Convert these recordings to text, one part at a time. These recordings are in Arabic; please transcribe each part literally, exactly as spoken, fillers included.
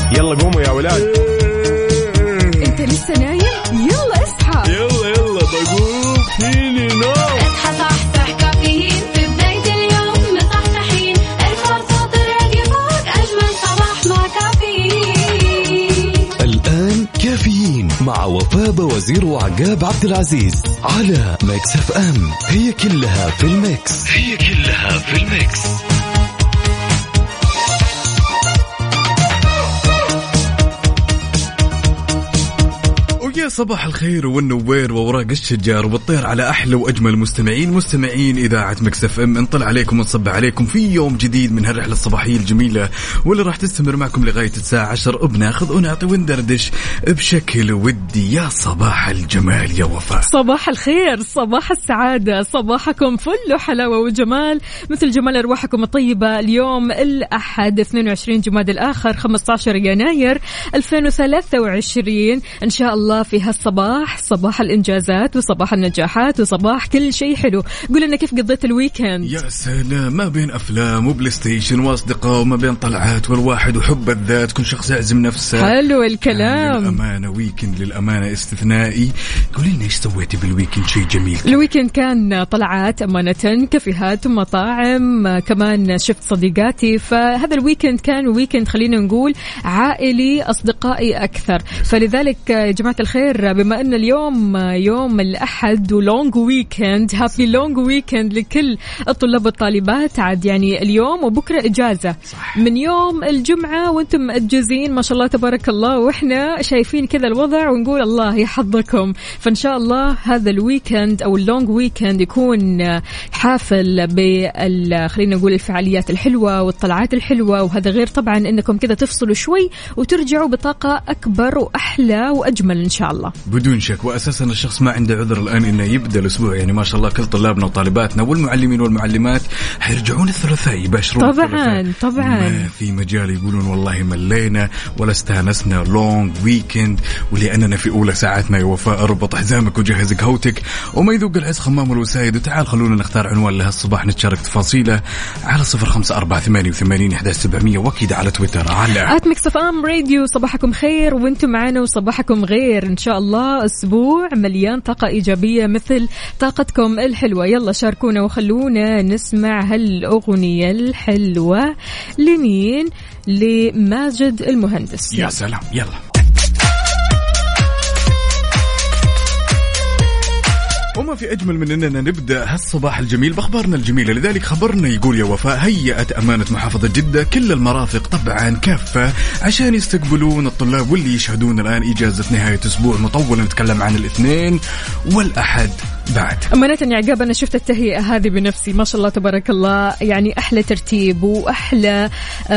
يلا قوموا يا ولاد. انت لسه نايم؟ يلا اصحى. يلا يلا بقوم فيني نوم. اصحى صحصح كافيين في بداية اليوم مصحصحين. ارفع صوت الراديو فوق أجمل صباح مع كافيين. الآن كافيين مع وفاء وزير وعقاب عبد العزيز على ميكس اف ام. هي كلها في الميكس. هي كلها في الميكس. يا صباح الخير والنوير ووراق الشجار والطير على أحلى وأجمل مستمعين مستمعين إذاعة ميكس اف ام. انطلع عليكم ونصب عليكم في يوم جديد من هالرحلة الصباحية الجميلة واللي راح تستمر معكم لغاية الساعة عشر. وبناخذ ونعطي وندردش بشكل ودي. يا صباح الجمال يا وفاء. صباح الخير، صباح السعادة، صباحكم فل وحلاوة وجمال مثل جمال أرواحكم الطيبة. اليوم الأحد اثنين وعشرين جماد الآخر خمسة عشر يناير ألفين وثلاثة وعشرين. إن شاء الله في هالصباح صباح الإنجازات وصباح النجاحات وصباح كل شيء حلو. قول لنا كيف قضيت الويكند؟ يا سلام، ما بين أفلام وبلاي ستيشن وأصدقاء وما بين طلعات والواحد وحب الذات. كل شخص يعزم نفسه. حلو الكلام. للأمانة ويكند للأمانة استثنائي. قولي لنا إيش سويتي بالويكند شيء جميل؟ الويكند كان طلعات أمانة، كافيهات ومطاعم، كمان شفت صديقاتي. فهذا الويكند كان ويكند خلينا نقول عائلي أصدقائي أكثر. فلذلك يا جماعة الخير بما أن اليوم يوم الأحد ولونج ويكند، هابي لونج ويكند لكل الطلاب والطالبات. عاد يعني اليوم وبكرة إجازة صح. من يوم الجمعة وانتم مأجزين ما شاء الله تبارك الله، وإحنا شايفين كذا الوضع ونقول الله يحفظكم. فإن شاء الله هذا الويكند أو اللونج ويكند يكون حافل بال خلينا نقول الفعاليات الحلوة والطلعات الحلوة. وهذا غير طبعا أنكم كذا تفصلوا شوي وترجعوا بطاقة أكبر وأحلى وأجمل إن شاء الله بدون شك. وأساسا الشخص ما عنده عذر الآن إنه يبدأ الأسبوع. يعني ما شاء الله كل طلابنا وطالباتنا والمعلمين والمعلمات حيرجعون الثلاثاء يباشرون طبعا الثلاثاء. طبعا ما في مجال يقولون والله ملينا ولا استانسنا لونج ويكند. ولأننا في أولى ساعاتنا يا وفاء اربط حزامك وجهز قهوتك وما يذوق العز خمام الوسايد. وتعال خلونا نختار عنوان لها الصباح نتشارك تفاصيله على صفر خمسة أربعة ثمانية وثمانين أحد عشر سبعمية وأكيد على تويتر على آت ميكس اف ام راديو. صباحكم خير وانتم معنا وصباحكم غير إن شاء الله. أسبوع مليان طاقة إيجابية مثل طاقتكم الحلوة. يلا شاركونا وخلونا نسمع هالأغنية الحلوة. لمين؟ لماجد المهندس. يا سلام يلا. وما في أجمل من أننا نبدأ هالصباح الجميل بأخبارنا الجميلة. لذلك خبرنا يقول يا وفاء هيئت أمانة محافظة جدة كل المرافق طبعا كافة عشان يستقبلون الطلاب واللي يشهدون الآن إجازة نهاية أسبوع مطولة. نتكلم عن الاثنين والأحد بعد. أمانة يا عقاب أنا شفت التهيئة هذه بنفسي ما شاء الله تبارك الله. يعني أحلى ترتيب وأحلى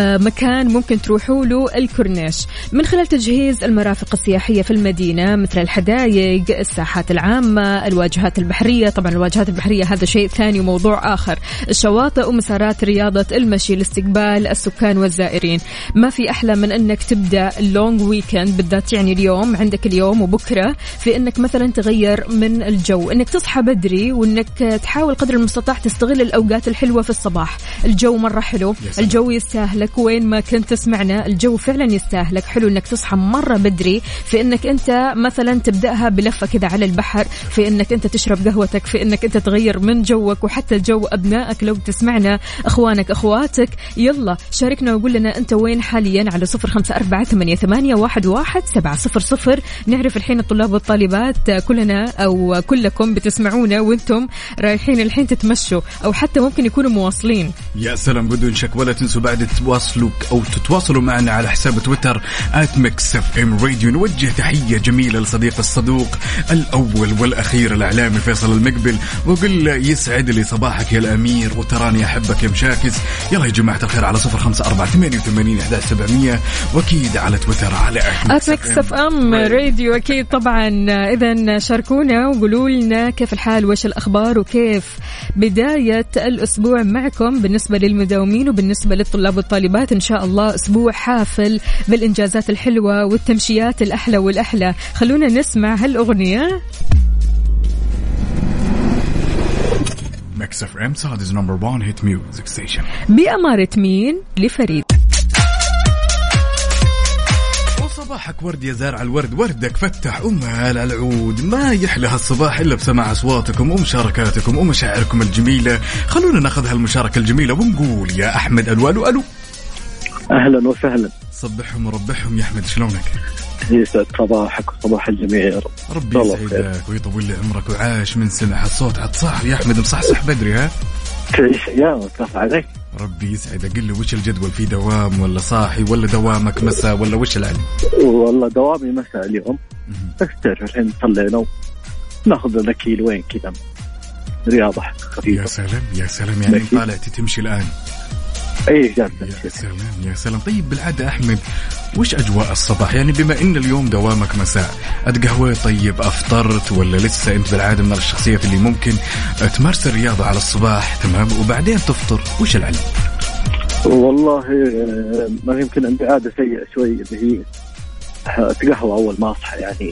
مكان ممكن تروحوا له الكورنيش من خلال تجهيز المرافق السياحية في المدينة مثل الحدائق، الساحات العامة، الواجهات البحرية. طبعا الواجهات البحرية هذا شيء ثاني وموضوع آخر. الشواطئ ومسارات رياضة المشي لاستقبال السكان والزائرين. ما في أحلى من أنك تبدأ اللونج ويكند بالذات يعني اليوم عندك اليوم وبكرة في أنك مثلا تغير من الجو، أنك تصحى بدري وأنك تحاول قدر المستطاع تستغل الأوقات الحلوة في الصباح. الجو مرة حلو، الجو يستاهلك وين ما كنت تسمعنا الجو فعلا يستاهلك. حلو أنك تصحى مرة بدري في أنك أنت مثلا تبدأها بلفة كذا على البحر، في أنك أنت تشرب قهوتك، في أنك أنت تغير من جوك وحتى جو أبنائك لو تسمعنا أخوانك أخواتك. يلا شاركنا وقول لنا أنت وين حاليا على صفر خمسة أربعة ثمانية ثمانية واحد واحد سبعة صفر صفر. نعرف الحين الطلاب والطالبات كلنا أو كلكم بتسمعونا وانتم رايحين الحين تتمشوا أو حتى ممكن يكونوا مواصلين. يا سلام بدون شك. ولا تنسوا بعد تتواصلوا أو تتواصلوا معنا على حساب تويتر آت ميكس اف ام راديو. نوجه تحية جميلة لصديق الصدوق الأول والأخير الإعلامي فيصل المقبل وقل له يسعد لي صباحك يا الأمير وتراني أحبك يا مشاكس. يلا يا جماعة الخير على صفر خمسة أربعة ثمانية وثمانين أحد عشر سبعمية وأكيد على تويتر على آت ميكس اف ام راديو. أكيد طبعا. إذن شاركونا وقولوا لنا كيف الحال وإيش الأخبار وكيف بداية الأسبوع معكم بالنسبة للمداومين وبالنسبة للطلاب والطالبات. إن شاء الله أسبوع حافل بالإنجازات الحلوة والتمشيات الأحلى والأحلى. خلونا نسمع هالأغنية. Mix اف ام Saudi's number one hit music station. بأمارة مين لفريد. صباحك ورد يا زارع الورد، وردك فتح أمال على العود. ما يحلى هالصباح إلا بسماع أصواتكم ومشاركاتكم ومشاعركم الجميلة. خلونا ناخذ هالمشاركة الجميلة ونقول يا أحمد ألو ألو ألو. أهلا وسهلا. صبحهم وربحهم يا أحمد، شلونك؟ يسعد صباحك وصباح الجميع يا رب. ربي يسعدك ويطول لي عمرك وعاش من سمع الصوت عالصح يا أحمد، مصحصح بدري ها؟ تعيش أيامك كيف عليك؟ ربي يسعدك. قل لي وش الجدول، في دوام ولا صاحي ولا دوامك مساء ولا وش العلم؟ والله دوامي مساء اليوم، بس تعرف الحين صلينا ناخذ لنا كيلوين كذا رياضة خفيفة. يا سلام يا سلام، يعني طالعتي تمشي الآن؟ ايه جالس. يا سلام يا سلام. طيب بالعادة أحمد وش أجواء الصباح؟ يعني بما إن اليوم دوامك مساء، أتقهويت طيب أفطرت ولا لسه أنت بالعادة من الشخصيات اللي ممكن تمارس الرياضة على الصباح تمام وبعدين تفطر؟ وش العلم؟ والله ما يمكن عندي عادة سيئة شوي اللي هي أتقهوى أول ما أصحى يعني،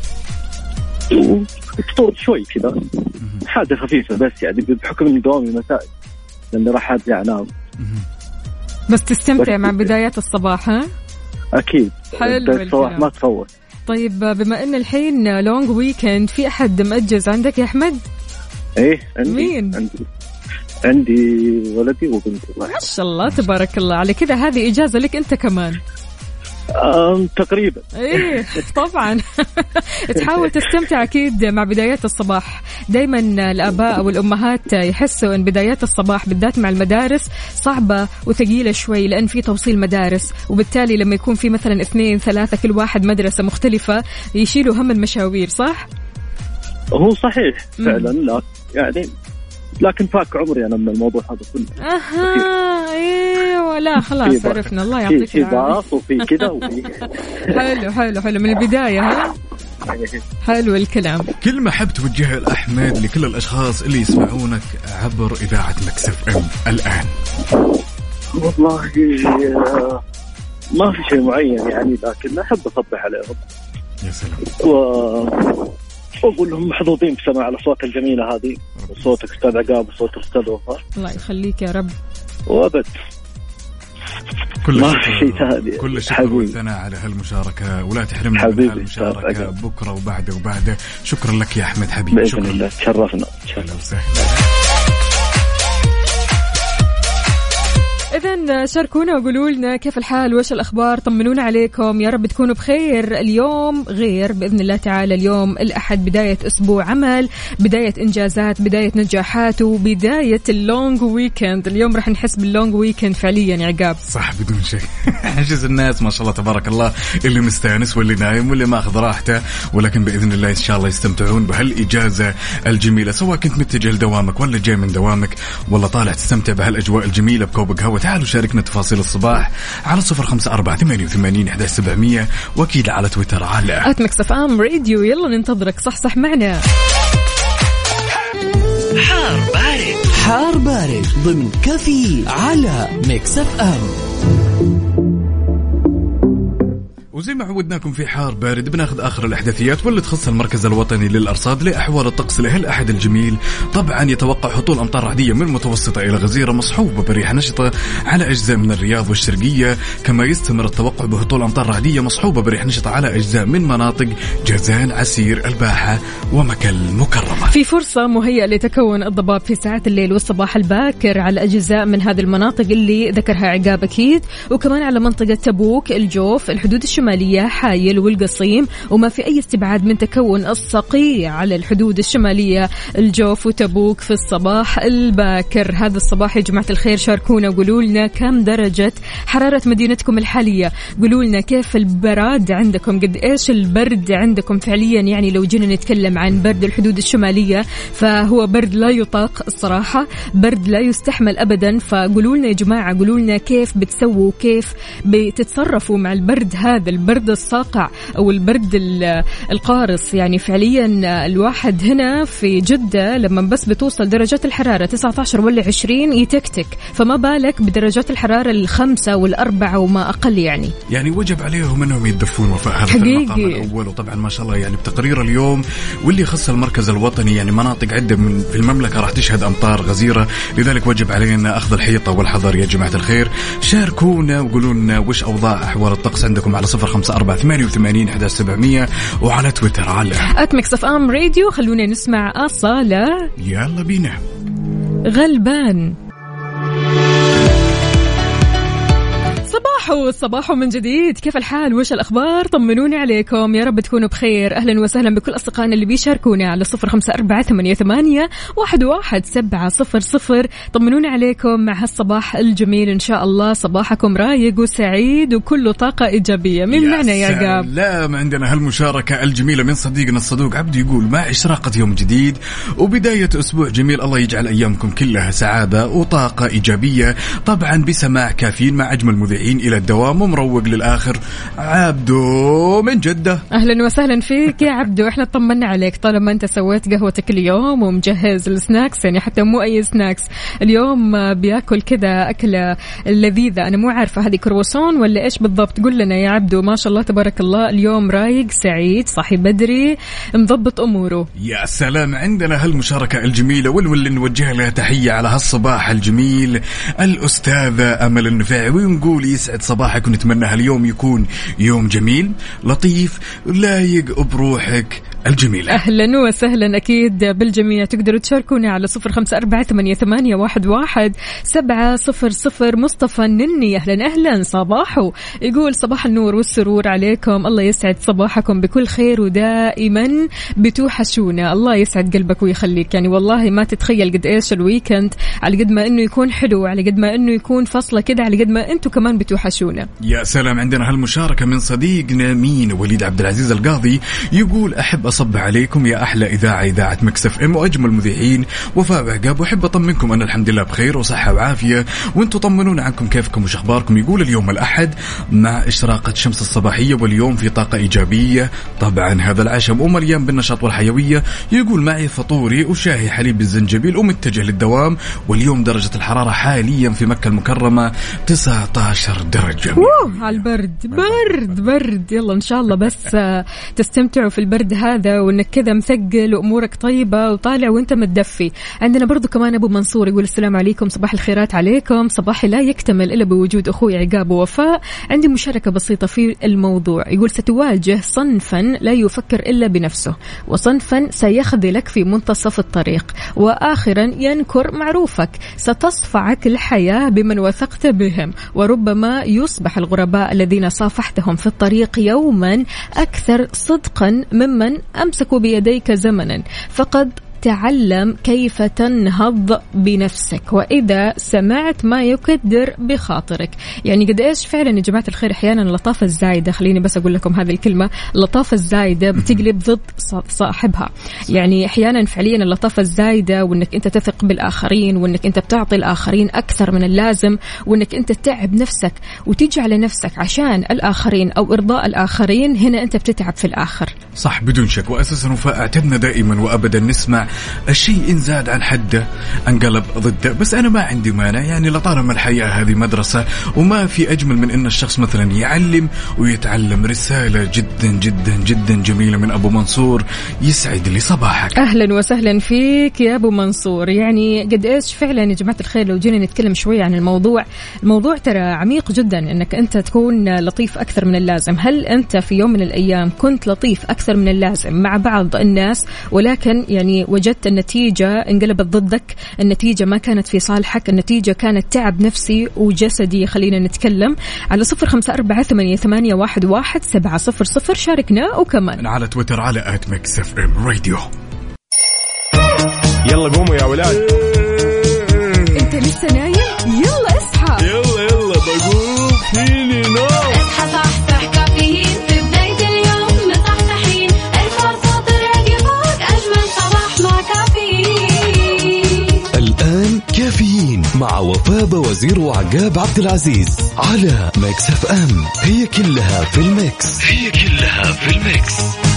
وفطور شوي كذا حاجة خفيفة بس يعني بحكم إن دوامي مساء لأني راح أرجع أنام. بس تستمتع مع بدايات الصباح ها؟ أكيد. حلو الصباح ما تفوت. طيب بما أن الحين لونج ويكند، في أحد مأجز عندك يا أحمد؟ إيه عندي. مين؟ عندي عندي ولدي وبنتي. ما شاء الله تبارك الله. على كذا هذه إجازة لك أنت كمان؟ أم تقريبا. إيه طبعا. تحاول تستمتع أكيد مع بدايات الصباح. دايما الآباء والأمهات يحسوا أن بدايات الصباح بالذات مع المدارس صعبة وثقيلة شوي، لأن في توصيل مدارس، وبالتالي لما يكون في مثلا اثنين ثلاثة كل واحد مدرسة مختلفة يشيلوا هم المشاوير. صح؟ هو صحيح فعلا. لا يعني لكن فاك عمري أنا من الموضوع هذا كله. أها إيه لا خلاص عرفنا. الله يعطيك العافية. وفي كذا وفي حلو حلو حلو من البداية ها. حلو الكلام. كلمة حب توجهها لأحمد لكل الأشخاص اللي يسمعونك عبر إذاعة مكس اف ام الآن. والله ما في شيء معين يعني، لكن أحب أصبح عليهم. يا سلام. و... وأقول لهم محظوظين بسماع الأصوات الجميلة هذه، صوتك أستاذ عقاب وصوت أستاذ وفاء. الله يخليك يا رب. وأبد كل ما الشكر كل الشكر والثناء على هالمشاركة، ولا تحرمنا من هالمشاركة بكرة وبعده وبعده. شكرا لك يا أحمد حبيبي. بإذن الله تشرفنا. تشرفنا. إذن شاركونا وقولوا لنا كيف الحال وش الأخبار، طمنونا عليكم، يا رب تكونوا بخير. اليوم غير بإذن الله تعالى، اليوم الأحد بداية أسبوع عمل، بداية إنجازات، بداية نجاحات، وبداية اللونج ويكند. اليوم راح نحس باللونج ويكند فعليا يا عقاب. صح بدون شك. حجز الناس ما شاء الله تبارك الله، اللي مستانس واللي نايم واللي ماخذ راحته، ولكن بإذن الله إن شاء الله يستمتعون بهالإجازة الجميلة، سواء كنت متجه لدوامك ولا جاي من دوامك ولا طالع تستمتع بهالأجواء الجميلة بكوب قهوة. تعالوا شاركنا تفاصيل الصباح على صفر خمسة أربعة ثمانية وثمانين أحد عشر سبعمية، وأكيد على تويتر على آت مكس اف ام راديو. يلا ننتظرك، صح صح معنا. حار بارد حار بارد ضمن كفي على مكس اف ام. وزي ما عودناكم في حار بارد بناخذ آخر الأحداثيات واللي تخص المركز الوطني للأرصاد لأحوال الطقس لهالأحد الجميل. طبعا يتوقع هطول أمطار رعدية من متوسطة إلى غزيرة مصحوبة برياح نشطة على أجزاء من الرياض والشرقية، كما يستمر التوقع بهطول أمطار رعدية مصحوبة بريح نشطة على أجزاء من مناطق جازان، عسير، الباحة ومكة المكرمة. في فرصة مهيئة لتكون الضباب في ساعات الليل والصباح الباكر على أجزاء من هذه المناطق اللي ذكرها عقاب أكيد، وكمان على منطقة تبوك، الجوف، الحدود الشمالية، حايل والقصيم، وما في أي استبعاد من تكون الصقيع على الحدود الشمالية، الجوف وتبوك في الصباح الباكر. هذا الصباح يا جماعة الخير شاركونا وقولوا لنا كم درجة حرارة مدينتكم الحالية، قولوا لنا كيف البراد عندكم، قد إيش البرد عندكم فعليا. يعني لو جينا نتكلم عن برد الحدود الشمالية فهو برد لا يطاق الصراحة، برد لا يستحمل أبدا. فقولوا لنا يا جماعة، قولوا لنا كيف بتسووا، كيف بتتصرفوا مع البرد هذا، البرد الصاقع أو البرد القارص. يعني فعليا الواحد هنا في جدة لما بس بتوصل درجات الحرارة تسعة عشر ولا عشرين يتكتك، فما بالك بدرجات الحرارة الخمسة والأربعة وما أقل. يعني يعني وجب عليهم أنهم يدفون وفاء هذا المقام الأول. وطبعا ما شاء الله يعني بتقرير اليوم واللي يخص المركز الوطني يعني مناطق عدة من في المملكة راح تشهد أمطار غزيرة، لذلك وجب علينا أخذ الحيطة والحذر يا جماعة الخير. شاركونا وقولوا لنا وش أوضاع أحوال الطقس عندكم على صفر خمسة خمسة أربعة ثمانية وثمانين أحد عشر سبعمية وعلى تويتر على آت ميكس اف ام راديو. خلونا نسمع أصالة. يلا بينا. غلبان. صباحو صباحو من جديد، كيف الحال وش الأخبار؟ طمنوني عليكم، يا رب تكونوا بخير. أهلا وسهلا بكل أصدقائنا اللي بيشاركونا على صفر خمسة أربعة ثمانية ثمانية واحد واحد سبعة صفر صفر. طمنوني عليكم مع هالصباح الجميل، إن شاء الله صباحكم رايق وسعيد وكله طاقة إيجابية. من معنا يا عقاب؟ لا، ما عندنا هالمشاركة الجميلة من صديقنا الصدوق عبد، يقول مع إشراقة يوم جديد وبداية أسبوع جميل، الله يجعل أيامكم كلها سعادة وطاقة إيجابية، طبعا بسماع كافيين مع أجمل مذيعين إلى الدوام ومروق للآخر. عبدو من جدة. أهلا وسهلا فيك يا عبدو، إحنا طمنا عليك طالما أنت سويت قهوتك اليوم ومجهز السناكس، يعني حتى مو أي سناكس اليوم، بياكل كذا أكلة لذيذة. أنا مو عارفة هذه كرواسون ولا إيش بالضبط، قل لنا يا عبدو. ما شاء الله تبارك الله، اليوم رايق سعيد صاحي بدري مضبط أموره. يا سلام، عندنا هالمشاركة الجميلة واللي نوجه لها تحية على هالصباح الجميل الأستاذة أمل النفاعي، ونقول يسعد صباحك ونتمنى هاليوم يكون يوم جميل لطيف لايق بروحك الجميلة. أهلا وسهلا أكيد بالجميع. تقدروا تشاركونا على صفر خمسة أربعة ثمانية ثمانية واحد واحد سبعة صفر صفر. مصطفى النني أهلا أهلا صباحو، يقول صباح النور والسرور عليكم، الله يسعد صباحكم بكل خير ودائما بتوحشونا. الله يسعد قلبك ويخليك، يعني والله ما تتخيل قد إيش الويكند على قد ما إنه يكون حلو، على قد ما إنه يكون فصلة كده، على قد ما أنتوا كمان بتوحشونا. يا سلام، عندنا هالمشاركة من صديقنا مين وليد عبد العزيز القاضي، يقول أحب أصب عليكم يا أحلى إذاعة إذاعة ميكس اف ام وأجمل مذيعين وفاء عقاب، وأحب أطمنكم أنا الحمد لله بخير وصحة وعافية، وأنتوا طمنونا عنكم كيفكم وش أخباركم. يقول اليوم الأحد مع إشراقة شمس الصباحية واليوم في طاقة إيجابية، طبعا هذا العشم ومليان بالنشاط والحيوية. يقول معي فطوري وشاهي حليب بالزنجبيل ومتجه للدوام، واليوم درجة الحرارة حاليا في مكة المكرمة تسعة عشر درجة. اوه على البرد، برد برد. يلا ان شاء الله بس تستمتعوا في البرد هذا، وانك كذا مثقل وامورك طيبه وطالع وانت متدفي. عندنا برضو كمان ابو منصور يقول السلام عليكم، صباح الخيرات عليكم، صباحي لا يكتمل الا بوجود اخوي عقاب ووفاء. عندي مشاركه بسيطه في الموضوع، يقول ستواجه صنفا لا يفكر الا بنفسه، وصنفا سيخذلك في منتصف الطريق، واخرا ينكر معروفك. ستصفعك الحياه بمن وثقت بهم، وربما يصبح الغرباء الذين صافحتهم في الطريق يوما أكثر صدقا ممن أمسكوا بيديك زمنا. فقد تعلم كيف تنهض بنفسك، وإذا سمعت ما يكدر بخاطرك. يعني قد إيش فعلا يا جماعة الخير أحيانا اللطافة الزايدة، خليني بس أقول لكم هذه الكلمة، اللطافة الزايدة بتقلب ضد صاحبها. يعني أحيانا فعليا اللطافة الزايدة، وإنك أنت تثق بالآخرين، وإنك أنت بتعطي الآخرين أكثر من اللازم، وإنك أنت تتعب نفسك وتيجي على نفسك عشان الآخرين أو إرضاء الآخرين، هنا أنت بتتعب في الآخر. صح بدون شك. وأساسا وفاء اعتدنا دائما وأبدا نسمع الشيء إن زاد عن حده انقلب ضده، بس أنا ما عندي مانع، يعني لطالما الحياة هذه مدرسة، وما في أجمل من أن الشخص مثلا يعلم ويتعلم. رسالة جدا جدا جدا جميلة من أبو منصور، يسعد لي صباحك. أهلا وسهلا فيك يا أبو منصور. يعني قد إيش فعلا يا جماعة الخير لو جينا نتكلم شوية عن الموضوع، الموضوع ترى عميق جدا، أنك أنت تكون لطيف أكثر من اللازم. هل أنت في يوم من الأيام كنت لطيف أكثر من اللازم مع بعض الناس، ولكن يعني وجدت النتيجة انقلبت ضدك، النتيجة ما كانت في صالحك، النتيجة كانت تعب نفسي وجسدي؟ خلينا نتكلم على صفر خمسة أربعة ثمانية ثمانية واحد واحد سبعة صفر صفر. شاركنا، وكمان على تويتر على آت ميكس اف ام راديو. يلا قوموا يا ولاد. انت لسه نايم؟ يلا اصحى. يلا يلا بقوم فيني نوم. اصحى صحصح كافيين في بداية اليوم مصحصحين، الفرصة تراقي فوق أجمل صباح مع كافيين. الآن كافيين مع وفاء وزير وعقاب عبد العزيز على ميكس اف ام، هي كلها في الميكس، هي كلها في الميكس.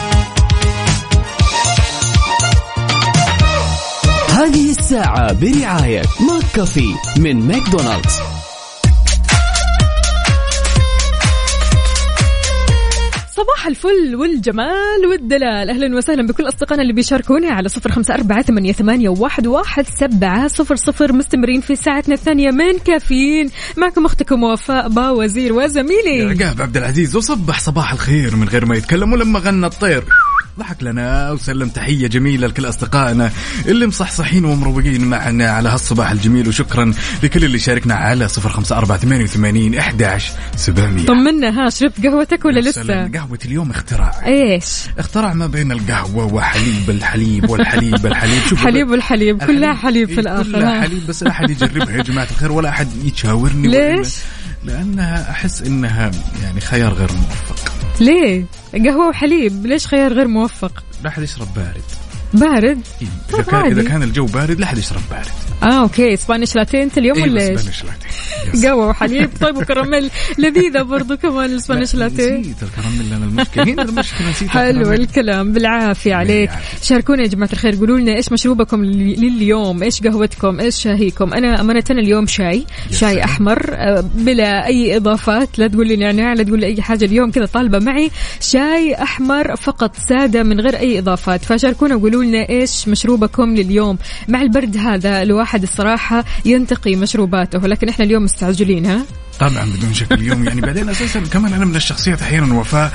هذه الساعة برعاية ماك كافي من ماكدونالدز. صباح الفل والجمال والدلال، أهلا وسهلا بكل أصدقائنا اللي بيشاركونا على صفر خمسة أربعة ثمانية ثمانية واحد واحد سبعة صفر صفر. مستمرين في ساعتنا الثانية من كافيين، معكم أختكم وفاء باوزير وزميلي عقاب عبد العزيز. وصبح صباح الخير من غير ما يتكلم، ولما غنى الطير ضحك لنا وسلم تحية جميلة لكل أصدقائنا اللي مصحصحين ومروقين معنا على هالصباح الجميل. وشكرا لكل اللي شاركنا على صفر خمسة أربعة ثمانية ثمانين أحد عشر سبعمية. طمنا، ها شربت قهوتك ولا لسه؟ قهوة اليوم اختراع. ايش؟ اختراع ما بين القهوة وحليب الحليب والحليب الحليب. حليب والحليب كلها حليب في الآخر. كلها حليب، بس لا أحد يجربها يا جماعة الخير ولا أحد يتشاورني. ليش؟ لأنها أحس إنها يعني خيار غير موفق. ليه؟ قهوة وحليب ليش خيار غير موفق؟ لا أحد يشرب بارد. بارد؟ إيه؟ إذا, كان إذا كان الجو بارد لا أحد يشرب بارد. آه أوكي. سبانيش لاتيه أنت اليوم ولا إيش؟ سبانيش لاتيه. قهوة وحليب. طيب وكراميل لذيذة برضو كمان السبانيش لاتيه. نسيت الكراميل لنا المشكلة هنا المشكلة نسيت. حلو الكلام، بالعافية عليك. شاركونا يا جماعة الخير، قولوا لنا إيش مشروبكم لليوم، إيش قهوتكم، إيش شاهيكم. أنا أمانة اليوم شاي شاي أحمر بلا أي إضافات، لا تقول لي نعناع لا تقول لي أي حاجة. اليوم كذا طالبة معي شاي أحمر فقط سادة من غير أي إضافات. فشاركونا وقولوا لنا إيش مشروبكم لليوم. مع البرد هذا الواحد الصراحة ينتقي مشروباته، لكن إحنا اليوم مستعجلين. ها طبعا بدون شك اليوم يعني. بعدين أساسا كمان أنا من الشخصيات أحيانا وفاء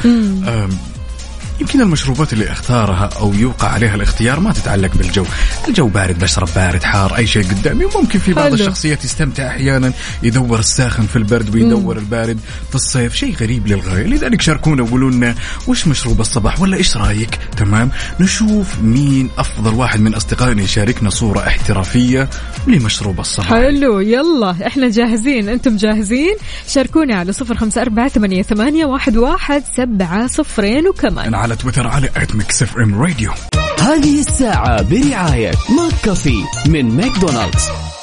يمكن المشروبات اللي اختارها أو يوقع عليها الاختيار ما تتعلق بالجو. الجو بارد بشرب بارد، حار أي شيء قدامي. ممكن في بعض حلو. الشخصيات يستمتع أحيانا يدور الساخن في البرد ويدور مم. البارد في الصيف، شيء غريب للغاية. لذلك شاركونا وقولوا لنا وش مشروب الصباح ولا إيش رأيك. تمام، نشوف مين أفضل واحد من أصدقائنا يشاركنا صورة احترافية لمشروب الصباح. حلو، يلا إحنا جاهزين، أنتم جاهزين؟ شاركونا على صفر خمسة أربعة ثمانية ثمانية واحد واحد سبعة صفرين، وكمان على تويتر على آت ميكس إف إم راديو. هذه الساعة برعاية ماك كافي من ماكدونالدز.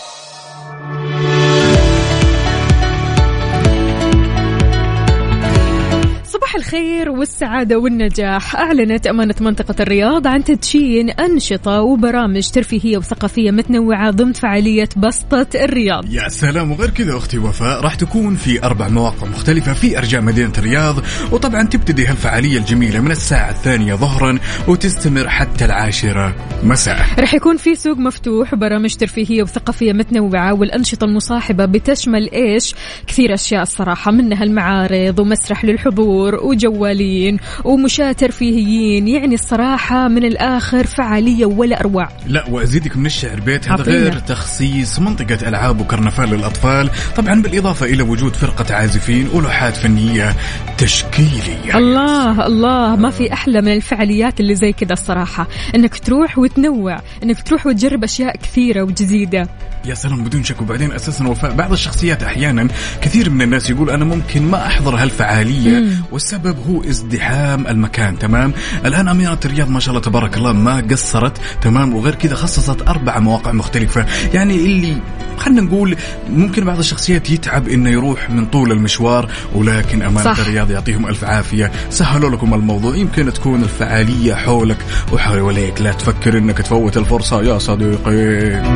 صباح الخير والسعادة والنجاح. أعلنت أمانة منطقة الرياض عن تدشين أنشطة وبرامج ترفيهية وثقافية متنوعة ضمن فعالية بسطة الرياض. يا سلام. وغير كذا أختي وفاء راح تكون في أربع مواقع مختلفة في أرجاء مدينة الرياض. وطبعا تبتدي هالفعالية الجميلة من الساعة الثانية ظهرا وتستمر حتى العاشرة مساء. راح يكون في سوق مفتوح وبرامج ترفيهية وثقافية متنوعة، والأنشطة المصاحبة بتشمل إيش كثير أشياء الصراحة، منها المعارض ومسرح للحضور وجوالين ومشاة ترفيهيين. يعني الصراحة من الآخر فعالية ولا أروع. لا وأزيدك من الشعر بيت، هذا غير تخصيص منطقة ألعاب وكرنفال للأطفال، طبعا بالإضافة إلى وجود فرقة عازفين ولوحات فنية تشكيلية. الله الله، ما في أحلى من الفعاليات اللي زي كده الصراحة، إنك تروح وتنوع، إنك تروح وتجرب أشياء كثيرة وجديدة. يا سلام بدون شك. وبعدين أساسا وفاء بعض الشخصيات أحيانا كثير من الناس يقول أنا ممكن ما أحضر هالفعالية مم. والسبب هو ازدحام المكان. تمام، الآن أميرة الرياض ما شاء الله تبارك الله ما قصرت. تمام، وغير كذا خصصت أربع مواقع مختلفة. يعني اللي خلنا نقول ممكن بعض الشخصيات يتعب إنه يروح من طول المشوار، ولكن أمانة صح. الرياض يعطيهم ألف عافية، سهلوا لكم الموضوع. يمكن تكون الفعالية حولك وحواليك، لا تفكر إنك تفوت الفرصة يا صديقي.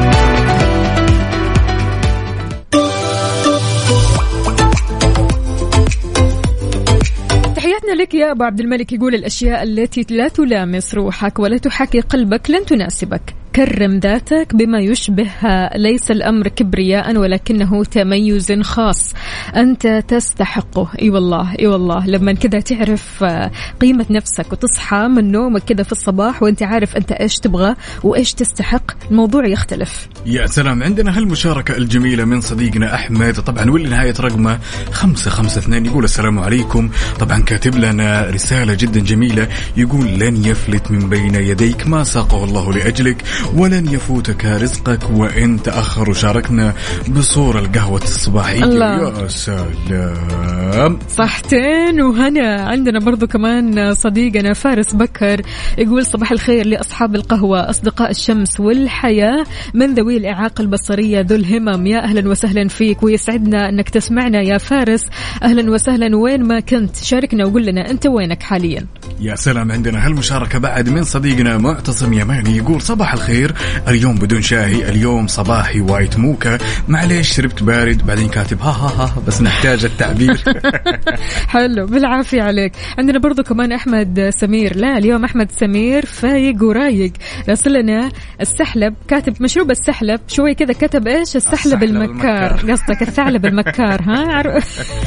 لك يا أبو عبد الملك، يقول الأشياء التي لا تلامس روحك ولا تحاكي قلبك لن تناسبك. كرم ذاتك بما يشبهها، ليس الأمر كبرياء ولكنه تميز خاص أنت تستحقه. إي والله إي والله، لما كذا تعرف قيمة نفسك وتصحى من نومك كذا في الصباح وأنت عارف أنت إيش تبغى وإيش تستحق، الموضوع يختلف. يا سلام. عندنا هالمشاركة الجميلة من صديقنا أحمد طبعا، واللي نهاية رقمه خمسة خمسة اثنين، يقول السلام عليكم. طبعا كاتب لنا رسالة جدا جميلة، يقول لن يفلت من بين يديك ما ساقه الله لأجلك ولن يفوتك رزقك وإن تأخر. وشاركنا بصورة القهوة الصباحية. الله. يا سلام، صحتين وهنا. عندنا برضو كمان صديقنا فارس بكر، يقول صباح الخير لأصحاب القهوة، أصدقاء الشمس والحياة، من ذوي الإعاقة البصرية ذو الهمم. يا أهلا وسهلا فيك، ويسعدنا أنك تسمعنا يا فارس. أهلا وسهلا وين ما كنت، شاركنا وقول لنا أنت وينك حاليا. يا سلام. عندنا هالمشاركة بعد من صديقنا معتصم يماني يقول صباح الخير، اليوم بدون شاهي، اليوم صباحي وايت موكا، معليش شربت بارد. بعدين كاتب ها ها ها بس نحتاج التعبير. حلو بالعافية عليك. عندنا برضو كمان أحمد سمير، لا اليوم أحمد سمير فايق ورايق، راسلنا السحلب، كاتب مشروب السحلب شوي كذا، كتب إيش السحلب المكار، قصدك الثعلب المكار ها.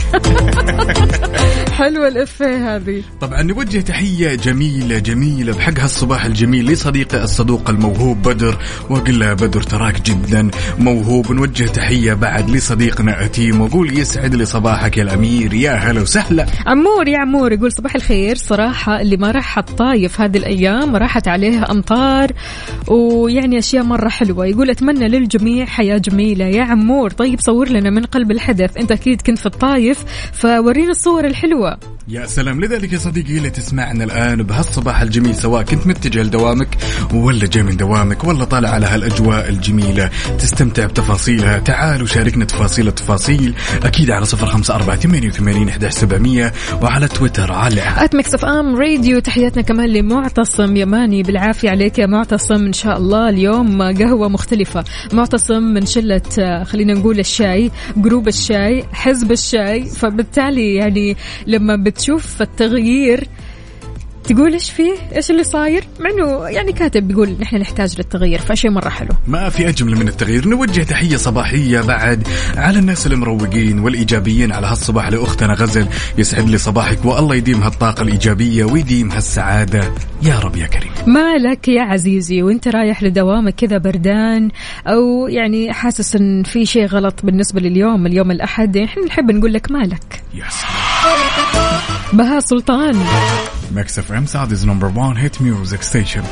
حلوة الإفيه هذه. طبعا نوجه تحية جميلة جميلة بحق هالصباح الجميل لصديقي الصدوق الموهوب بدر، وأقول له بدر تراك جدا موهوب. نوجه تحية بعد لصديقنا أتيم، وقول يسعد لي صباحك يا الأمير، يا هلا وسهلا. عمور يا عمور يقول صباح الخير، صراحة اللي ما راح الطايف هذه الأيام راحت عليها أمطار ويعني أشياء مرة حلوة، يقول أتمنى للجميع حياة جميلة. يا عمور طيب صور لنا من قلب الحدث، أنت أكيد كنت في الطايف فورينا الصور الحلوة. يا سلام. لذلك يا صديقي اللي تسمعنا الآن بهالصباح الجميل، سواء كنت متجه لدوامك ولا جاي من دوامك ولا طالع على هالأجواء الجميلة تستمتع بتفاصيلها، تعال وشاركنا تفاصيل التفاصيل أكيد على صفر خمسة أربعة ثمانية وثمانين أحد عشر سبعمية، وعلى تويتر على آت ميكس اف ام راديو. تحياتنا كمان لمعتصم يماني، بالعافية عليك يا معتصم، إن شاء الله اليوم قهوة مختلفة. معتصم من شلة خلينا نقول الشاي، جروب الشاي، حزب الشاي، فبالتالي يعني لما بتشوف التغيير تقول إيش فيه، إيش اللي صاير، مع إنه يعني كاتب بيقول نحن نحتاج للتغيير، فشيء مرة حلو. ما في أجمل من التغيير. نوجه تحية صباحية بعد على الناس المروقين والإيجابيين على هالصباح لأختنا غزل، يسعد لي صباحك والله يديم هالطاقة الإيجابية ويديم هالسعادة يا رب يا كريم. ما لك يا عزيزي وانت رايح لدوامك كذا بردان أو يعني حاسس إن في شيء غلط بالنسبة لليوم، اليوم الأحد، نحن نحب نقول لك ما لك. يس. بها سلطان ميكس اف ام سعوديز نمبر وان هيت ميوزك ستيشن.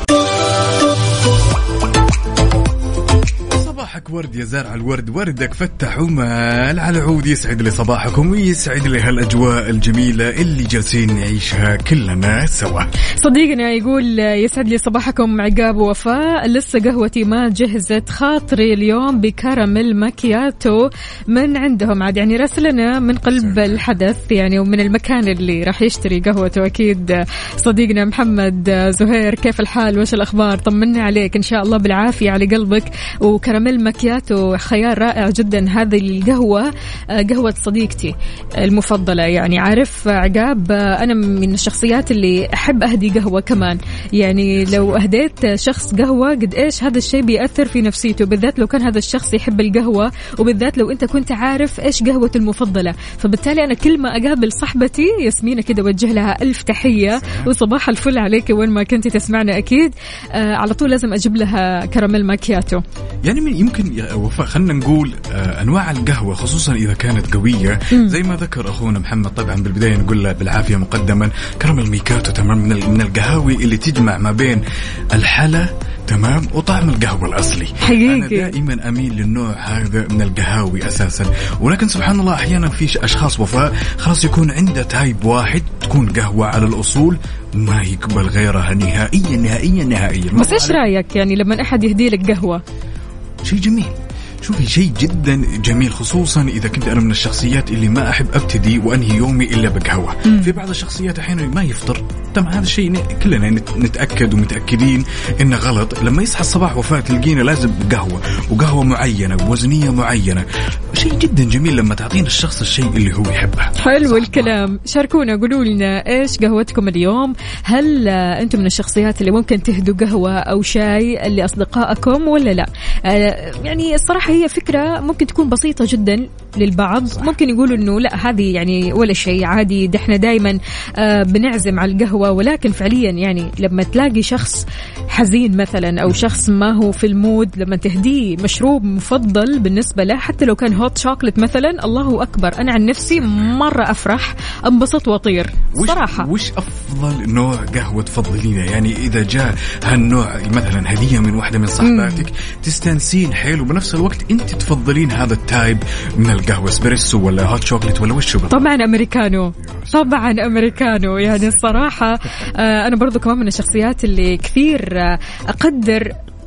صباحك ورد يا زارع الورد، وردك فتح ومال على عود، يسعد لي صباحكم ويسعد لي هالأجواء الجميلة اللي جالسين نعيشها كلنا سوا. صديقنا يقول يسعد لي صباحكم عقاب ووفاء، لسه قهوتي ما جهزت، خاطري اليوم بكراميل ماكياتو من عندهم، عاد يعني راسلنا من قلب الحدث يعني ومن المكان اللي راح يشتري قهوته. أكيد صديقنا محمد زهير، كيف الحال وش الأخبار؟ طمنا عليك، إن شاء الله بالعافية على قلبك. وكراميل ماكياتو خيار رائع جدا، هذه القهوة قهوة صديقتي المفضلة، يعني عارف عقاب أنا من الشخصيات اللي أحب أهدي قهوة كمان، يعني لو أهديت شخص قهوة قد إيش هذا الشيء بيأثر في نفسيته، بالذات لو كان هذا الشخص يحب القهوة، وبالذات لو أنت كنت عارف إيش قهوة المفضلة. فبالتالي أنا كل ما أقابل صاحبتي ياسمينة كده وجه لها ألف تحية وصباح الفل عليك وين ما كنت تسمعنا، أكيد آه على طول لازم أجيب لها كراميل ماكياتو. يعني من يمكن يا وفاء خلنا نقول آه أنواع القهوة خصوصا إذا كانت قوية زي ما ذكر أخونا محمد، طبعا بالبداية نقول له بالعافية مقدما. كراميل ماكياتو تمام من من القهاوي اللي تجمع ما بين الحلا تمام وطعم القهوة الأصلي حقيقي. أنا دائما أميل للنوع هذا من القهاوي أساسا، ولكن سبحان الله أحيانا في أشخاص وفاء خلاص يكون عنده تايب واحد، تكون قهوة على الأصول ما يقبل غيرها نهائيا نهائيا نهائيا. بس إيش رأيك يعني لما أحد يهدي لك قهوة؟ شيء جميل، شوفي شيء جدا جميل، خصوصا إذا كنت أنا من الشخصيات اللي ما أحب أبتدي وأنهي يومي إلا بقهوة. مم. في بعض الشخصيات أحيانا ما يفطر، طبعا هذا الشيء كلنا نتأكد ومتأكدين إنه غلط. لما يصحى الصباح وفاة تلقينا لازم قهوة وقهوة معينة بوزنية معينة، شيء جدا جميل لما تعطينا الشخص الشيء اللي هو يحبه. حلو الكلام. شاركونا قولوا لنا إيش قهوتكم اليوم، هل أنتم من الشخصيات اللي ممكن تهدوا قهوة أو شاي لأصدقائكم ولا لا؟ آه يعني الصراحة هي فكرة ممكن تكون بسيطة جدا للبعض، صح. ممكن يقولوا إنه لا هذه يعني ولا شيء عادي، ده إحنا دايما آه بنعزم على القهوة، ولكن فعليا يعني لما تلاقي شخص حزين مثلا أو شخص ما هو في المود، لما تهديه مشروب مفضل بالنسبة له حتى لو كان هوت شوكلت مثلا، الله أكبر، أنا عن نفسي مرة أفرح أنبسط وأطير صراحة. وش أفضل نوع قهوة تفضلينه؟ يعني إذا جاء هالنوع مثلا هدية من واحدة من صحباتك تستنسين حلو وبنفس الوقت أنت تفضلين هذا التايب من القهوة، اسبريسو ولا هوت شوكلت ولا وش؟ طبعا أمريكانو، طبعا أمريكانو. يعني الصراحة آه أنا برضو كمان من الشخصيات اللي كثير آه أقدر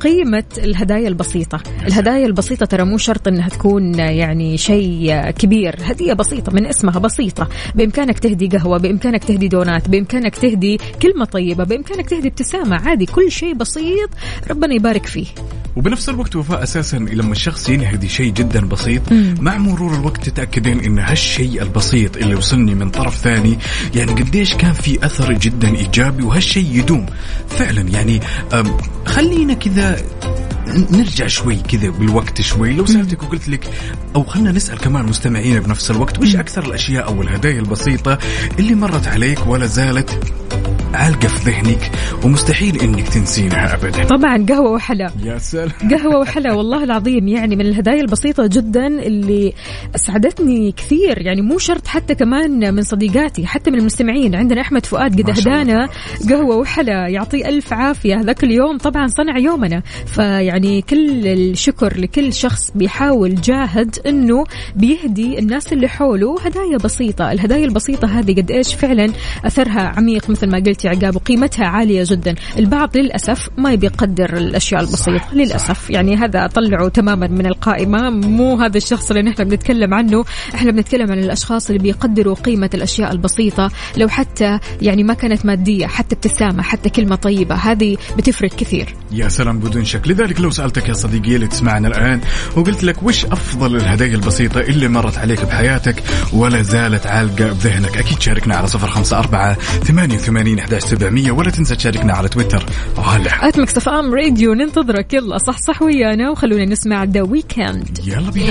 قيمة الهدايا البسيطة. الهدايا البسيطة ترى مو شرط أنها تكون يعني شيء كبير، هدية بسيطة من اسمها بسيطة. بإمكانك تهدي قهوة، بإمكانك تهدي دونات، بإمكانك تهدي كلمة طيبة، بإمكانك تهدي ابتسامة، عادي كل شيء بسيط ربنا يبارك فيه. وبنفس الوقت وفاء أساسا لما الشخص ينهدي شيء جدا بسيط مم. مع مرور الوقت تتأكدين إن هالشيء البسيط اللي وصلني من طرف ثاني يعني قديش كان في أثر جدا إيجابي، وهالشيء يدوم فعلا. يعني خلينا كذا نرجع شوي كذا بالوقت شوي. لو سألتك وقلت لك، أو خلنا نسأل كمان مستمعين بنفس الوقت، وش أكثر الأشياء أو الهدايا البسيطة اللي مرت عليك ولا زالت عالقة في ذهنك ومستحيل إنك تنسينها أبدا؟ طبعا قهوة وحلا. يا سلام، قهوة وحلا والله العظيم، يعني من الهدايا البسيطة جدا اللي أسعدتني كثير. يعني مو شرط حتى كمان من صديقاتي، حتى من المستمعين. عندنا أحمد فؤاد قد هدانا قهوة وحلا، يعطيه ألف عافية. ذاك اليوم طبعا صنع يومنا. فيعني كل الشكر لكل شخص بيحاول جاهد إنه بيهدي الناس اللي حوله هدايا بسيطة. الهدايا البسيطة هذه قد إيش فعلا أثرها عميق مثل ما قلت عقاب، وقيمتها عالية جدا. البعض للأسف ما يبي يقدر الأشياء البسيطة، صح للأسف صح. يعني هذا طلعوا تماما من القائمة، مو هذا الشخص اللي نحن بنتكلم عنه. احنا بنتكلم عن الأشخاص اللي بيقدروا قيمة الأشياء البسيطة، لو حتى يعني ما كانت مادية، حتى ابتسامة، حتى كلمة طيبة، هذه بتفرق كثير. يا سلام بدون شك. لذلك لو سألتك يا صديقي اللي تسمعنا الآن وقلت لك وش أفضل الهدايا البسيطة اللي مرت عليك بحياتك ولا زالت عالقة بذهنك، أكيد شاركنا على صفر خمسة أربعة ثمانية وثمانين أحد عشر سبعمية، ولا تنسى تشاركنا على تويتر على آت ميكس إف إم راديو. ننتظرك، يلا صح صح ويانا وخلونا نسمع ذا ويكند. يلا بينا.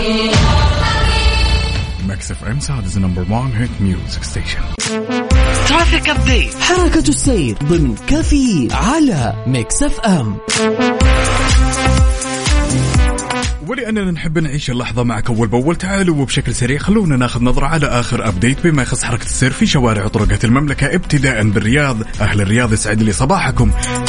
ميكس إف إم سعود's number one hit music station. ترافيك أبديت، حركة السير ضمن كافيين على ميكس إف إم. ولأننا نحب نعيش اللحظة معك أول بأول، تعالوا وبشكل سريع خلونا ناخذ نظرة على آخر أبديت بما يخص حركة السير في شوارع وطرقات المملكة، ابتداء بالرياض. أهل الرياض يسعد لي صباحكم.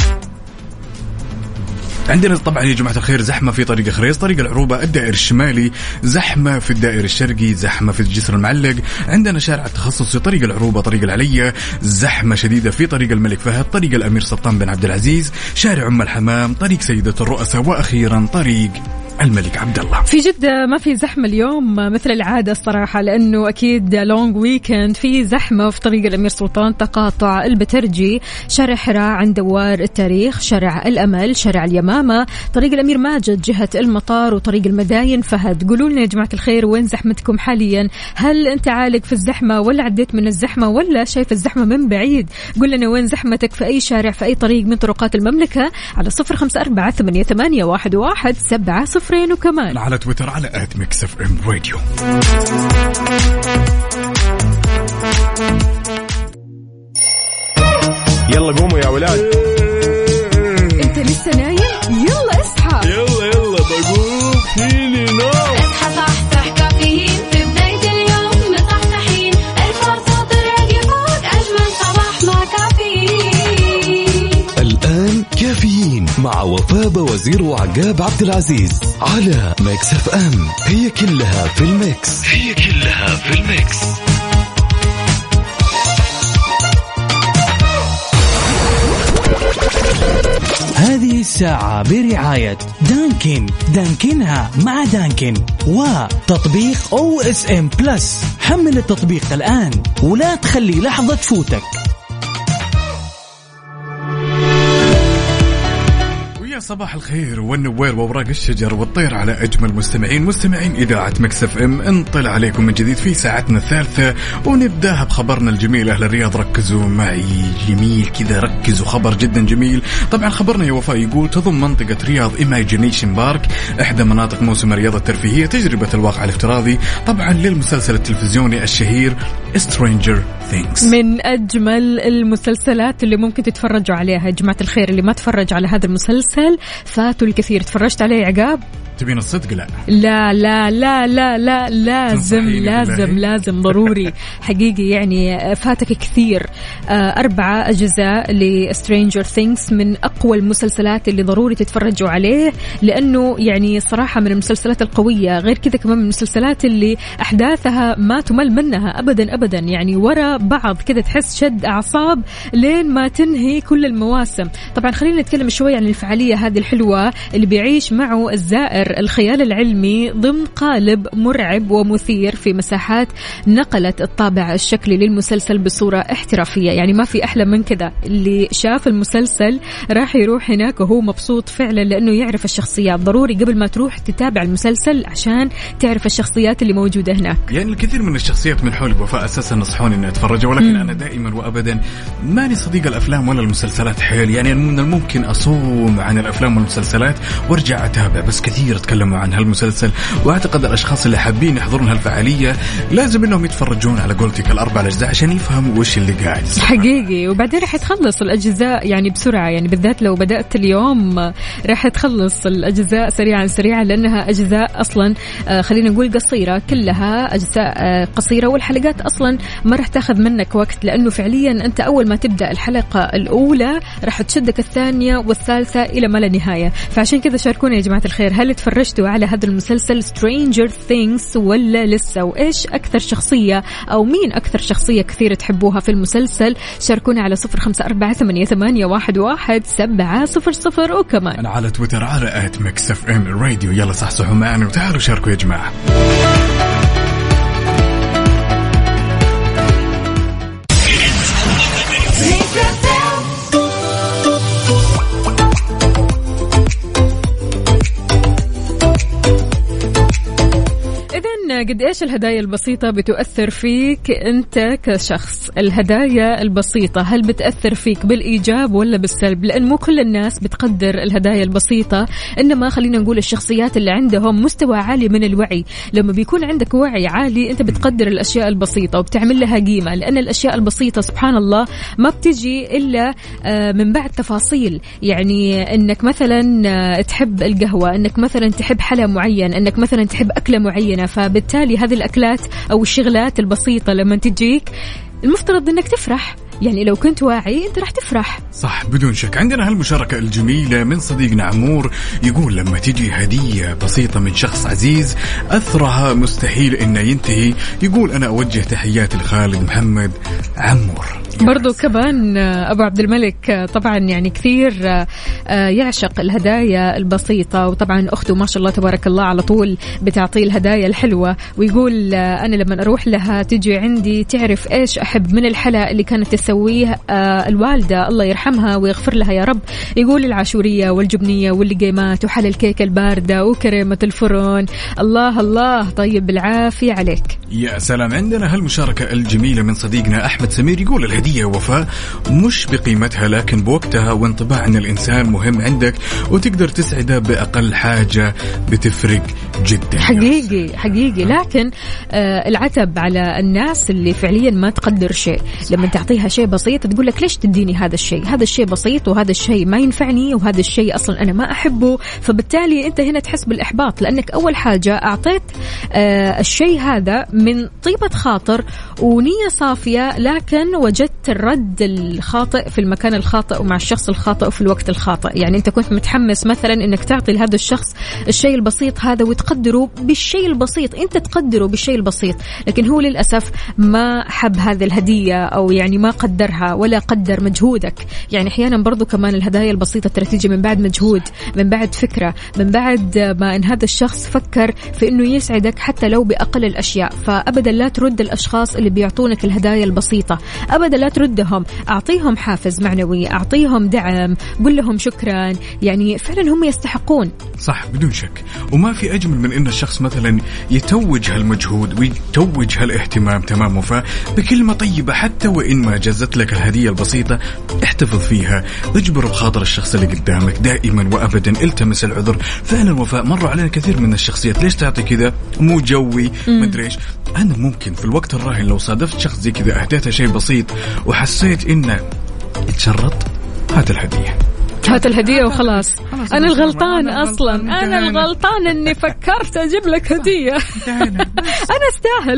عندنا طبعا يا جماعة الخير زحمة في طريق خريص، طريق العروبة، الدائر الشمالي، زحمة في الدائر الشرقي، زحمة في الجسر المعلق. عندنا شارع التخصصي، طريق العروبة، طريق العلية، زحمة شديدة في طريق الملك فهد، طريق الأمير سلطان بن عبد العزيز، شارع أم الحمام، طريق سيدة الرؤساء، وأخيرا طريق الملك عبد الله. في جدة ما في زحمة اليوم مثل العادة الصراحة، لأنه أكيد لونج ويكند. في زحمة في طريق الأمير سلطان، تقاطع البترجي، شارع حراء عند دوار التاريخ، شارع الأمل، شارع اليمامة، طريق الأمير ماجد جهة المطار، وطريق المداين فهد. قولوا لنا يا جماعة الخير وين زحمتكم حاليا؟ هل أنت عالق في الزحمة ولا عديت من الزحمة ولا شايف الزحمة من بعيد؟ قول لنا وين زحمتك في أي شارع في أي طريق من طرقات المملكة على صفر خمسة أربعة ثمانية ثمانية واحد واحد سبعة صفر. وكمان على تويتر على آت ميكس إف إم راديو. يلا قوموا يا ولاد. انت لسه نايم؟ يلا اصحى. يلا يلا بقوم فيني نوم. اصحى صحصح كافيين في بداية اليوم مصحصحين، الفرصة تراقي فوق أجمل صباح مع كافيين. الآن كافيين مع وفاء وزير وعقاب عبد العزيز على ميكس إف إم. هي كلها في الميكس، هي كلها في الميكس. هذه الساعة برعاية دانكن، دانكنها مع دانكن، وتطبيق أو إس إم بلس. حمل التطبيق الآن ولا تخلي لحظة تفوتك. صباح الخير والنوير وأوراق الشجر والطير على أجمل مستمعين مستمعين إذاعة ميكس إف إم. انطلع عليكم من جديد في ساعتنا الثالثة، ونبداها بخبرنا الجميل. أهل الرياض ركزوا معي، جميل كذا، ركزوا، خبر جدا جميل. طبعا خبرنا يا وفاء يقول تضم منطقة رياض إيماجينيشن بارك إحدى مناطق موسم الرياضة الترفيهية تجربة الواقع الافتراضي طبعا للمسلسل التلفزيوني الشهير Stranger Things. من أجمل المسلسلات اللي ممكن تتفرجوا عليها يا جماعة الخير. اللي ما تفرج على هذا المسلسل فاتوا الكثير. تفرجت عليه عقاب؟ تبين الصدق؟ لا لا لا لا لا لا لازم لازم لازم ضروري حقيقي، يعني فاتك كثير. أربعة أجزاء لسترينجر ثينكس من أقوى المسلسلات اللي ضروري تتفرجوا عليه، لأنه يعني صراحة من المسلسلات القوية. غير كذا كمان من المسلسلات اللي أحداثها ما تمل منها أبدا أبدا، يعني ورا بعض كذا تحس شد أعصاب لين ما تنهي كل المواسم. طبعا خلينا نتكلم شوي عن الفعالية هذه الحلوة اللي بيعيش معه الزائر الخيال العلمي ضمن قالب مرعب ومثير في مساحات نقلت الطابع الشكلي للمسلسل بصورة احترافية. يعني ما في أحلى من كذا، اللي شاف المسلسل راح يروح هناك وهو مبسوط فعلا لأنه يعرف الشخصيات. ضروري قبل ما تروح تتابع المسلسل عشان تعرف الشخصيات اللي موجودة هناك. يعني الكثير من الشخصيات من حول وفاء أساسا نصحوني إني أتفرج، ولكن مم. أنا دائما وأبدا ماني صديق الأفلام ولا المسلسلات حيل. يعني من الممكن أصوم عن الأفلام والمسلسلات وارجع أتابع، بس كثير تكلموا عن هالمسلسل، وأعتقد الأشخاص اللي حابين يحضرون هالفعالية لازم إنهم يتفرجون على قولتك الأربع الأجزاء عشان يفهموا وش اللي قاعد يصير حقيقي. وبعدين راح تخلص الأجزاء يعني بسرعة، يعني بالذات لو بدأت اليوم راح تخلص الأجزاء سريعا سريعا، لأنها أجزاء أصلا خلينا نقول قصيرة، كلها أجزاء قصيرة، والحلقات أصلا ما راح تاخذ منك وقت، لأنه فعليا أنت أول ما تبدأ الحلقة الأولى راح تشدك الثانية والثالثة إلى ما لا نهاية. فعشان كذا شاركونا يا جماعة الخير، هل تفرجتوا على هذا المسلسل Stranger Things ولا لسه؟ وإيش أكثر شخصية أو مين أكثر شخصية كثير تحبوها في المسلسل؟ شاركونا على صفر خمسة أربعة ثمانية ثمانية واحد واحد سبعة صفر صفر، وكمان أنا على تويتر على آت ميكس اف ام راديو. يلا صحصحوا معنا وتعالوا شاركوا يا جماعة. قد إيش الهدايا البسيطة بتؤثر فيك أنت كشخص؟ الهدايا البسيطة هل بتأثر فيك بالإيجاب ولا بالسلب؟ لأن مو كل الناس بتقدر الهدايا البسيطة، إنما خلينا نقول الشخصيات اللي عندهم مستوى عالي من الوعي. لما بيكون عندك وعي عالي أنت بتقدر الأشياء البسيطة وبتعمل لها قيمة، لأن الأشياء البسيطة سبحان الله ما بتجي إلا من بعد تفاصيل. يعني إنك مثلا تحب القهوة، إنك مثلا تحب حلا معين، إنك مثلا تحب أكلة معينة، فبالتالي هذه الأكلات أو الشغلات البسيطة لما تجيك المفترض أنك تفرح. يعني لو كنت واعي أنت راح تفرح. صح بدون شك. عندنا هالمشاركة الجميلة من صديقنا عمور، يقول لما تجي هدية بسيطة من شخص عزيز أثرها مستحيل إنه ينتهي. يقول أنا أوجه تحياتي لخالد محمد عمور. برضو كمان أبو عبد الملك طبعا يعني كثير يعشق الهدايا البسيطة، وطبعا أخته ما شاء الله تبارك الله على طول بتعطيه الهدايا الحلوة، ويقول أنا لما أروح لها تجي عندي تعرف إيش أحب من الحلا اللي كانت تسويه الوالدة الله يرحمها ويغفر لها يا رب. يقول العاشورية والجبنية واللقيمات وحلا الكيكة الباردة وكريمة الفرن. الله الله طيب بالعافية عليك يا سلام. عندنا هالمشاركة الجميلة من صديقنا أحمد سمير، يقول الهدية وفاء مش بقيمتها لكن بوقتها وانطباع أن الإنسان مهم عندك وتقدر تسعده بأقل حاجة بتفرق جدا. حقيقي حقيقي. لكن آه العتب على الناس اللي فعليا ما تقدر شيء. لما تعطيها شيء بسيط تقول لك ليش تديني هذا الشيء؟ هذا الشيء بسيط وهذا الشيء ما ينفعني وهذا الشيء أصلا أنا ما أحبه. فبالتالي أنت هنا تحس بالإحباط، لأنك أول حاجة أعطيت آه الشيء هذا من طيبة خاطر ونية صافية، لكن وجدت الرد الخاطئ في المكان الخاطئ ومع الشخص الخاطئ وفي الوقت الخاطئ. يعني أنت كنت متحمس مثلا أنك تعطي لهذا الشخص الشيء البسيط هذا وتقدره بالشيء البسيط، أنت تقدره بالشيء البسيط، لكن هو للأسف ما حب هذه الهدية أو يعني ما قدرها ولا قدر مجهودك. يعني أحيانا برضو كمان الهدايا البسيطة ترى تيجي من بعد مجهود، من بعد فكرة، من بعد ما أن هذا الشخص فكر في أنه يسعدك حتى لو بأقل الأشياء. فأبدا لا ترد الأشخاص اللي بيعطونك الهدايا البسيطة، أبدا لا تردهم. أعطيهم حافز معنوي، أعطيهم دعم، قل لهم شكرا، يعني فعلا هم يستحقون. صح بدون شك. وما في أجمل من أن الشخص مثلا يتوج هالمجهود ويتوج هالاهتمام تمام وفاء بكلمة طيبة، حتى وإن ما جزت لك الهدية البسيطة احتفظ فيها، اجبر بخاطر الشخص اللي قدامك دائما وأبدا، التمس العذر. فعلا وفاء مروا علينا كثير من الشخصيات ليش تعطي كذا مو جوي مدريش. أنا ممكن في الوقت الراهن لو صادفت شخص زي كذا أهديته شيء بسيط وحسيت إنه يتشرط، هات الهدية هات الهدية وخلاص. أنا الغلطان أصلا، أنا الغلطان إني فكرت أجيب لك هدية. أنا استاهل.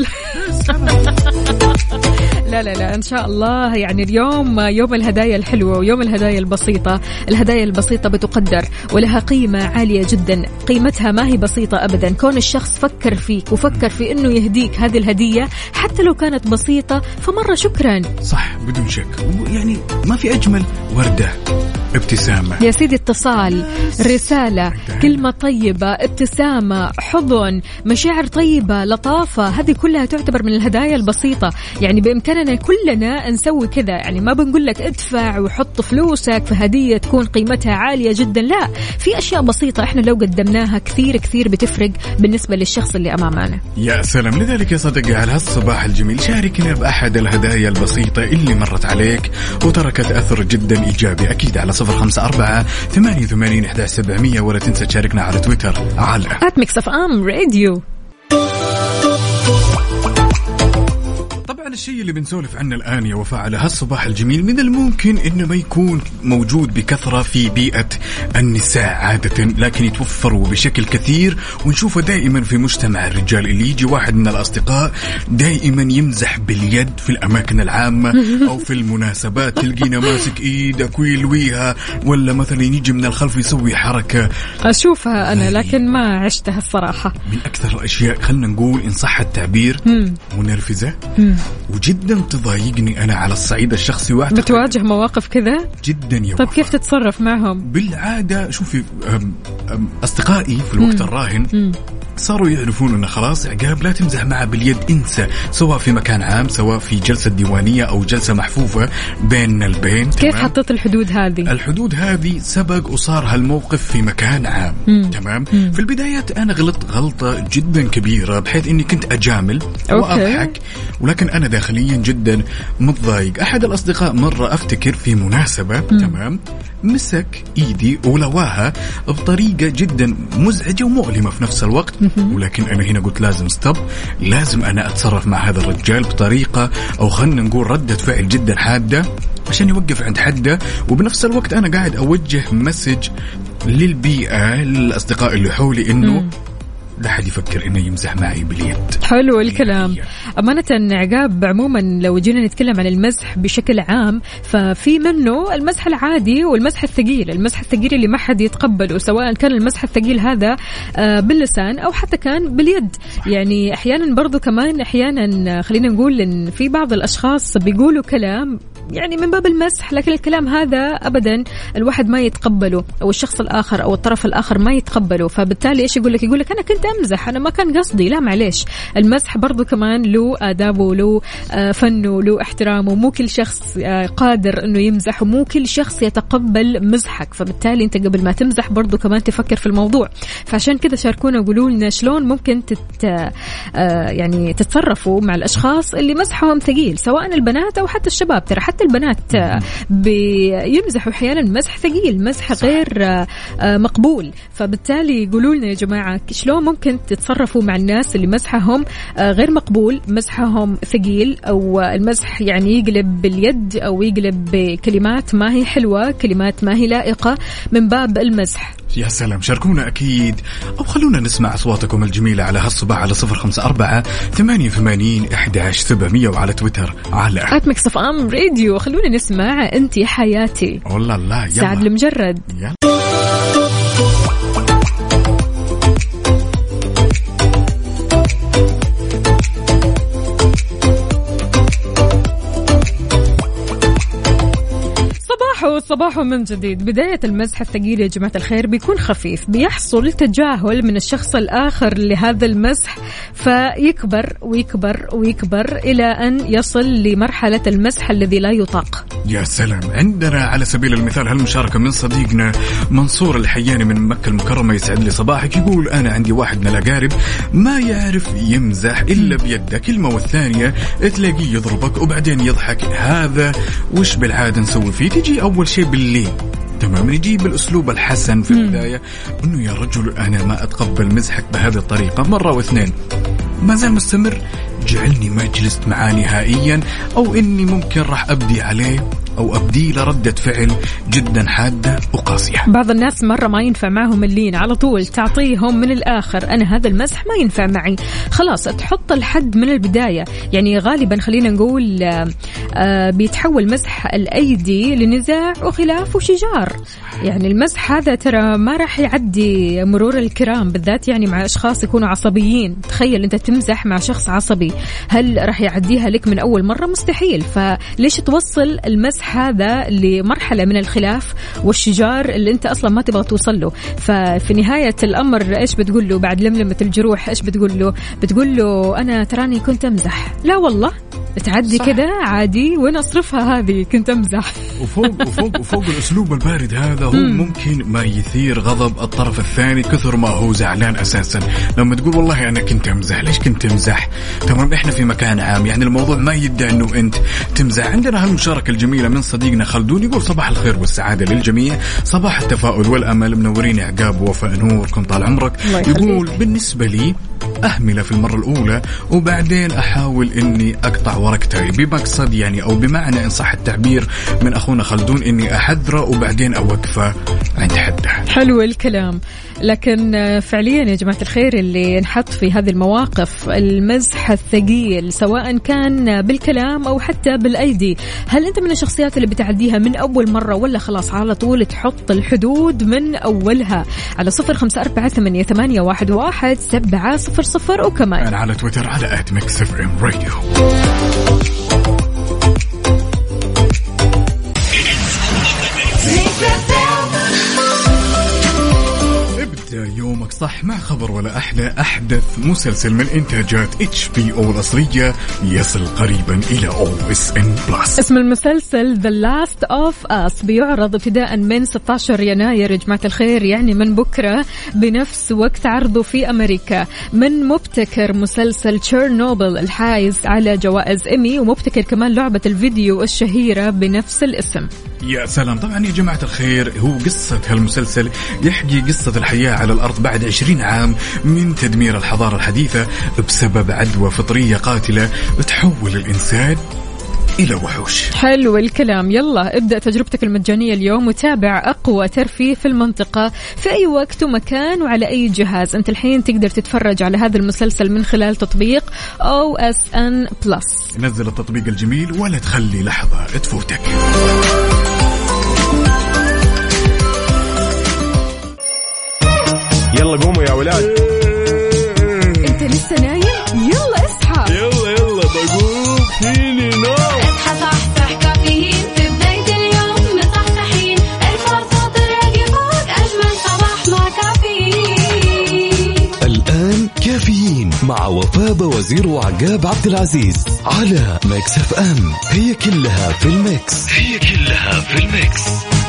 لا لا لا إن شاء الله. يعني اليوم يوم الهدايا الحلوة ويوم الهدايا البسيطة. الهدايا البسيطة بتقدر ولها قيمة عالية جدا، قيمتها ما هي بسيطة أبدا. كون الشخص فكر فيك وفكر في إنه يهديك هذه الهدية حتى لو كانت بسيطة فمرة شكرا. صح بدون شك. يعني ما في أجمل وردة ابتسامة يا سيدي، اتصال، رسالة، كلمة طيبة، ابتسامة، حضن، مشاعر طيبة، لطافة، هذه كلها تعتبر من الهدايا البسيطة. يعني بإمكاننا كلنا نسوي كذا. يعني ما بنقول لك ادفع وحط فلوسك في هدية تكون قيمتها عالية جدا، لا، في أشياء بسيطة إحنا لو قدمناها كثير كثير بتفرق بالنسبة للشخص اللي أمامنا. يا سلام. لذلك يا صديقي على هالصباح الجميل شاركنا بأحد الهدايا البسيطة اللي مرت عليك وتركت أثر جدا إيجابي. أكيد على صفر خمسة أربعة ثمانية ثمانين إحدى عشر سبعمية، ولا تنسى تشاركنا على تويتر على آت ميكس إف إم راديو. طبعا الشيء اللي بنسولف عنه الآن يا وفاء على هالصباح الجميل من الممكن إنه ما يكون موجود بكثرة في بيئة النساء عادة، لكن يتوفروا بشكل كثير ونشوفه دائما في مجتمع الرجال. اللي يجي واحد من الأصدقاء دائما يمزح باليد في الأماكن العامة أو في المناسبات، تلقينا ماسك إيدك ويلويها، ولا مثلا يجي من الخلف يسوي حركة أشوفها أنا لكن ما عشتها الصراحة. من أكثر الأشياء خلنا نقول إن صح التعبير منرفزة وجدا تضايقني أنا على الصعيد الشخصي. واحد بتواجه مواقف كذا جدا يا طب كيف تتصرف معهم؟ بالعادة شوفي أصدقائي في الوقت مم. الراهن مم. صاروا يعرفون أنه خلاص عقاب لا تمزح معه باليد، انسى، سواء في مكان عام سواء في جلسة ديوانية أو جلسة محفوفة بيننا البين. كيف حطيت الحدود هذه؟ الحدود هذه سبق وصار هالموقف في مكان عام. مم. تمام. مم. في البدايات أنا غلطت غلطة جدا كبيرة بحيث أني كنت أجامل وأضحك، ولكن أنا داخليا جدا متضايق. أحد الأصدقاء مرة أفتكر في مناسبة مم. تمام مسك إيدي ولواها بطريقة جدا مزعجة ومؤلمة في نفس الوقت، ولكن أنا هنا قلت لازم ستوب، لازم أنا أتصرف مع هذا الرجال بطريقة أو خلنا نقول ردة فعل جدا حادة عشان يوقف عند حده، وبنفس الوقت أنا قاعد أوجه مسج للبيئة للأصدقاء اللي حولي إنه لا حد يفكر إنه يمزح معي باليد. حلو الكلام. أمانة عقاب عموما لو جينا نتكلم عن المزح بشكل عام ففي منه المزح العادي والمزح الثقيل. المزح الثقيل اللي ما حد يتقبله، سواء كان المزح الثقيل هذا باللسان أو حتى كان باليد. يعني أحيانا برضو كمان أحيانا خلينا نقول إن في بعض الأشخاص بيقولوا كلام يعني من باب المزح، لكن الكلام هذا أبدا الواحد ما يتقبله أو الشخص الآخر أو الطرف الآخر ما يتقبله، فبالتالي إيش يقول لك؟ يقول لك أنا كنت أمزح، أنا ما كان قصدي. لا معليش، المزح برضو كمان له آدابه، له فنه، له احترامه. مو كل شخص قادر إنه يمزح ومو كل شخص يتقبل مزحك، فبالتالي أنت قبل ما تمزح برضو كمان تفكر في الموضوع. فعشان كذا شاركونا وقولوا لنا شلون ممكن تت يعني تتصرفوا مع الأشخاص اللي مزحهم ثقيل، سواء البنات أو حتى الشباب. ترى حتى البنات بيمزحوا أحيانا مزح ثقيل، مزح غير مقبول. فبالتالي قولوا لنا يا جماعة شلون ممكن تتصرفوا مع الناس اللي مزحهم غير مقبول، مزحهم ثقيل، أو المزح يعني يقلب باليد أو يقلب بكلمات ما هي حلوة، كلمات ما هي لائقة من باب المزح. يا سلام، شاركونا أكيد أو خلونا نسمع أصواتكم الجميلة على هالصباح على صفر خمسة أربعة ثمانية ثمانين إحدى عشر سبعمية وعلى تويتر على آت ميكس إف إم راديو. خلونا نسمع أنتي حياتي. والله الله يلا. سعد المجرد. يلا. صباح من جديد. بداية المزح الثقيل يا جماعة الخير بيكون خفيف، بيحصل تجاهل من الشخص الآخر لهذا المزح، فيكبر ويكبر ويكبر إلى أن يصل لمرحلة المزح الذي لا يطاق. يا سلام. عندنا على سبيل المثال هالمشاركة من صديقنا منصور الحياني من مكة المكرمة، يسعد لي صباحك. يقول أنا عندي واحد من الأقارب ما يعرف يمزح إلا بيده، كلمة والثانية تلاقيه يضربك وبعدين يضحك. هذا وش بالعادة نسوي فيه؟ تجي أول شيء بالليل تمام نجيب الأسلوب الحسن في البداية أنه يا رجل أنا ما أتقبل مزحك بهذه الطريقة، مرة واثنين ما زال مستمر جعلني ما جلست معاه نهائيا، أو إني ممكن راح أبدي عليه أو أبدي له ردة فعل جدا حادة وقاسية. بعض الناس مرة ما ينفع معهم اللين، على طول تعطيهم من الآخر أنا هذا المزح ما ينفع معي، خلاص تحط الحد من البداية. يعني غالبا خلينا نقول آآ آآ بيتحول مزح الأيدي لنزاع وخلاف وشجار. يعني المزح هذا ترى ما راح يعدي مرور الكرام، بالذات يعني مع أشخاص يكونوا عصبيين. تخيل أنت تمزح مع شخص عصبي الصحفي، هل راح يعديها لك من أول مرة؟ مستحيل. فليش توصل المزح هذا لمرحلة من الخلاف والشجار اللي أنت أصلا ما تبغى توصل له؟ ففي نهاية الأمر إيش بتقول له بعد لملمة الجروح؟ إيش بتقول له؟ بتقول له أنا تراني كنت أمزح. لا والله تعدي كده عادي، وين أصرفها هذه؟ كنت أمزح. وفوق وفوق وفوق الأسلوب البارد هذا هو مم. ممكن ما يثير غضب الطرف الثاني كثر ما هو زعلان أساسا. لما تقول والله أنا كنت أمزح، ليش كنت أمزح؟ تمام، إحنا في مكان عام، يعني الموضوع ما يدعي أنه أنت تمزح. عندنا هالمشاركة الجميلة من صديقنا خلدون، يقول صباح الخير والسعادة للجميع، صباح التفاؤل والأمل، منورين عقاب ووفاء نور، كن طال عمرك. يقول بالنسبة لي أهملة في المرة الأولى وبعدين أحاول إني أقطع ورقتي، بمقصد يعني أو بمعنى إن صح التعبير من أخونا خلدون إني أحذره وبعدين أوقفه عند حده. حلو الكلام. لكن فعليا يا جماعة الخير اللي نحط في هذه المواقف المزح الثقيل سواء كان بالكلام أو حتى بالأيدي، هل أنت من الشخصيات اللي بتعديها من أول مرة ولا خلاص على طول تحط الحدود من أولها؟ على صفر خمسة أربعة ثمانية ثمانية واحد واحد سبعة صفر صفر، وكمان على تويتر على آت ميكس إف إم راديو. يومك صح مع خبر ولا أحلى. أحدث مسلسل من إنتاجات إتش بي أو الأصلية يصل قريبا إلى أو إس إن بلس. اسم المسلسل The Last of Us بيعرض ابتداء من ستة عشر يناير يا جماعة الخير، يعني من بكرة بنفس وقت عرضه في أمريكا، من مبتكر مسلسل تشيرنوبل الحائز على جوائز إيمي، ومبتكر كمان لعبة الفيديو الشهيرة بنفس الاسم. يا سلام. طبعا يا جماعة الخير هو قصة هالمسلسل يحكي قصة الحياة على الأرض بعد عشرين عام من تدمير الحضارة الحديثة بسبب عدوى فطرية قاتلة بتحول الإنسان إلى وحوش. حلو الكلام. يلا ابدأ تجربتك المجانية اليوم وتابع أقوى ترفيه في المنطقة في أي وقت ومكان وعلى أي جهاز. أنت الحين تقدر تتفرج على هذا المسلسل من خلال تطبيق أو إس إن بلس. نزل التطبيق الجميل ولا تخلي لحظة تفوتك. يلا قوموا يا ولاد. انت لسه نايم؟ يلا اصحى. يلا يلا بقوم فيني نوم. اصحى صحصح كافيين في بداية اليوم مصحصحين، الفرصة تراقي فوق أجمل صباح مع كافيين. الآن كافيين مع وفاء وزير وعقاب عبد العزيز على ميكس إف إم. هي كلها في الميكس. هي كلها في الميكس.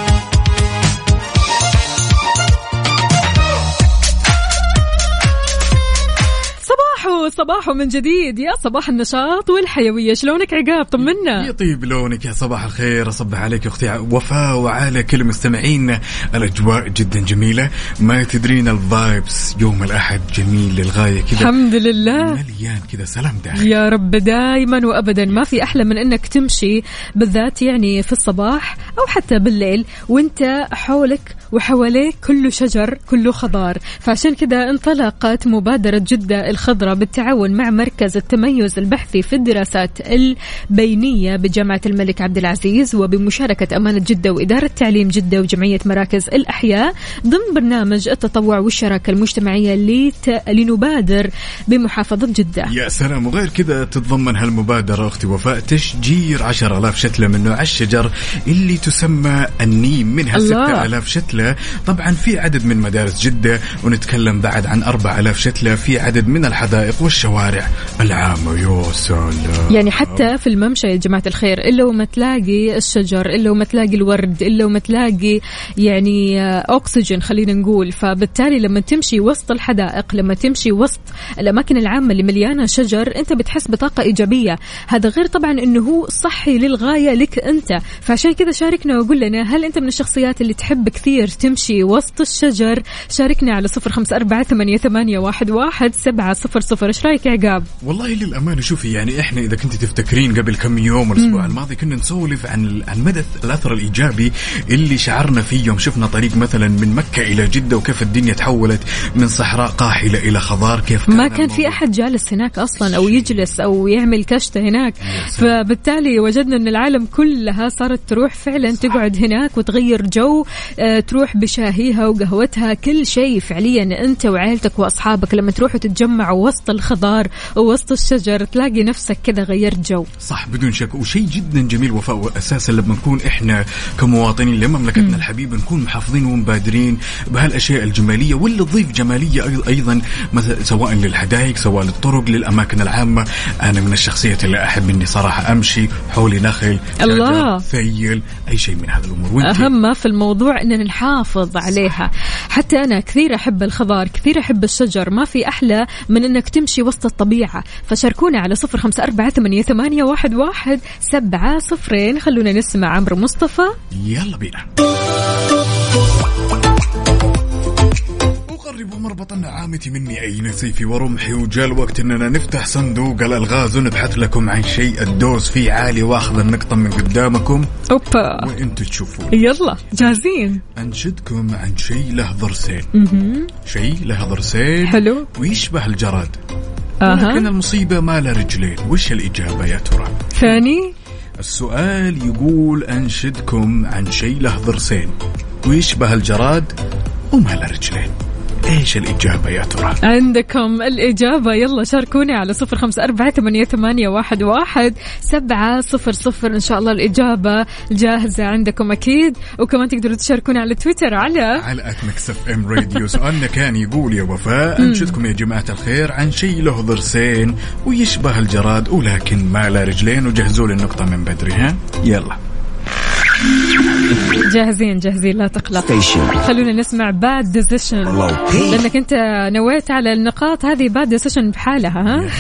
صباحه من جديد، يا صباح النشاط والحيوية. شلونك عقاب؟ طمنا. يطيب لونك يا صباح الخير. أصبح عليك أختي وفاء وعلى كل مستمعين. الأجواء جدا جميلة، ما تدرين الفايبس يوم الأحد جميل للغاية كذا، الحمد لله مليان كذا سلام داخل. يا رب دائما وأبدا. ما في أحلى من أنك تمشي بالذات يعني في الصباح أو حتى بالليل وانت حولك وحواليك كله شجر كله خضار. فعشان كذا انطلقت مبادرة جدة الخضراء بالتعاون مع مركز التميز البحثي في الدراسات البينية بجامعة الملك عبد العزيز وبمشاركة أمانة جدة وإدارة تعليم جدة وجمعية مراكز الأحياء ضمن برنامج التطوع والشراكة المجتمعية لت... لنبادر بمحافظة جدة. يا سلام. وغير كذا تتضمن هالمبادرة أختي وفاء تشجير عشر آلاف شتلة من نوع الشجر اللي تسمى النيم، منها ستة آلاف شتلة طبعا في عدد من مدارس جدة، ونتكلم بعد عن أربعة آلاف شتلة في عدد من الحدائق والشوارع العامة. يا سلام. يعني حتى في الممشى يا جماعة الخير إلا وما تلاقي الشجر، إلا وما تلاقي الورد، إلا وما تلاقي يعني أكسجين خلينا نقول. فبالتالي لما تمشي وسط الحدائق، لما تمشي وسط الأماكن العامة اللي مليانة شجر، أنت بتحس بطاقة إيجابية. هذا غير طبعا أنه هو صحي للغاية لك أنت. فعشان كذا شاركنا وقول لنا هل أنت من الشخصيات اللي تحب كثير تمشي وسط الشجر؟ شاركنا على صفر خمسة أربعة ثمانية ثمانية واحد واحد سبعة صفر صفر. إيش رأيك يا عقاب؟ والله للأمانة شوفي يعني إحنا إذا كنت تفتكرين قبل كم يوم الأسبوع الماضي كنا نسولف عن عن مدى الأثر الإيجابي اللي شعرنا فيه يوم شفنا طريق مثلا من مكة إلى جدة وكيف الدنيا تحولت من صحراء قاحلة إلى خضار. كيف كان ما كان في أحد جالس هناك أصلا أو يجلس أو يعمل كشتة هناك. فبالتالي وجدنا أن العالم كلها صارت تروح فعلا فعلا تقعد هناك وتغير جو، آه تروح بشاهيها وقهوتها، كل شيء فعليا أنت وعائلتك وأصحابك لما تروحوا تتجمعوا وسط الخضار ووسط الشجر تلاقي نفسك كذا غيرت جو. صح بدون شك، وشيء جدا جميل وفاء. أساسا لما نكون إحنا كمواطنين لمملكتنا الحبيبة نكون محافظين ومبادرين بهالأشياء الجمالية، واللي تضيف جمالية أيضا مثلا سواء للحدائق سواء للطرق للأماكن العامة. أنا من الشخصيات اللي أحب إني صراحة أمشي حولي نخل، الله، ثيل، أي شيء من هذا الأمور. أهم ما في الموضوع إننا نحافظ عليها. حتى أنا كثير أحب الخضار، كثير أحب الشجر، ما في أحلى من إنك تمشي وسط الطبيعة. فشاركونا على صفر خمسة أربعة ثمانية ثمانية واحد واحد سبعة صفرين. خلونا نسمع عمرو مصطفى. يلا بينا. قربوا مربط النعامة مني أين سيفي ورمحي، وجاء الوقت إننا نفتح صندوق الألغاز ونبحث لكم عن شيء الدوز فيه عالي واخذ النقطة من قدامكم أوبا وإنتوا تشوفوا. يلا جاهزين. أنشدكم عن شيء له ضرسين. شيء له ضرسين حلو ويشبه الجراد، أه. لكن المصيبة ما له رجلين. وش الإجابة يا ترى؟ ثاني السؤال يقول أنشدكم عن شيء له ضرسين ويشبه الجراد وما له رجلين. إيش الإجابة يا ترى؟ عندكم الإجابة، يلا شاركوني على صفر خمسة أربعة ثمانية ثمانية واحد واحد سبعة صفر صفر. إن شاء الله الإجابة جاهزة عندكم أكيد، وكمان تقدروا تشاركوني على تويتر على على آت ميكس إف إم راديو. سؤالنا كان يقول يا وفاء أنشدكم يا جماعة الخير عن شيء له ضرسين ويشبه الجراد ولكن ما له رجلين، وجهزوا لي النقطة من بدري. ها يلا جاهزين جاهزين لا تقلق. خلونا نسمع باد ديسيشن، لأنك أنت نويت على النقاط هذه باد ديسيشن بحالها. ها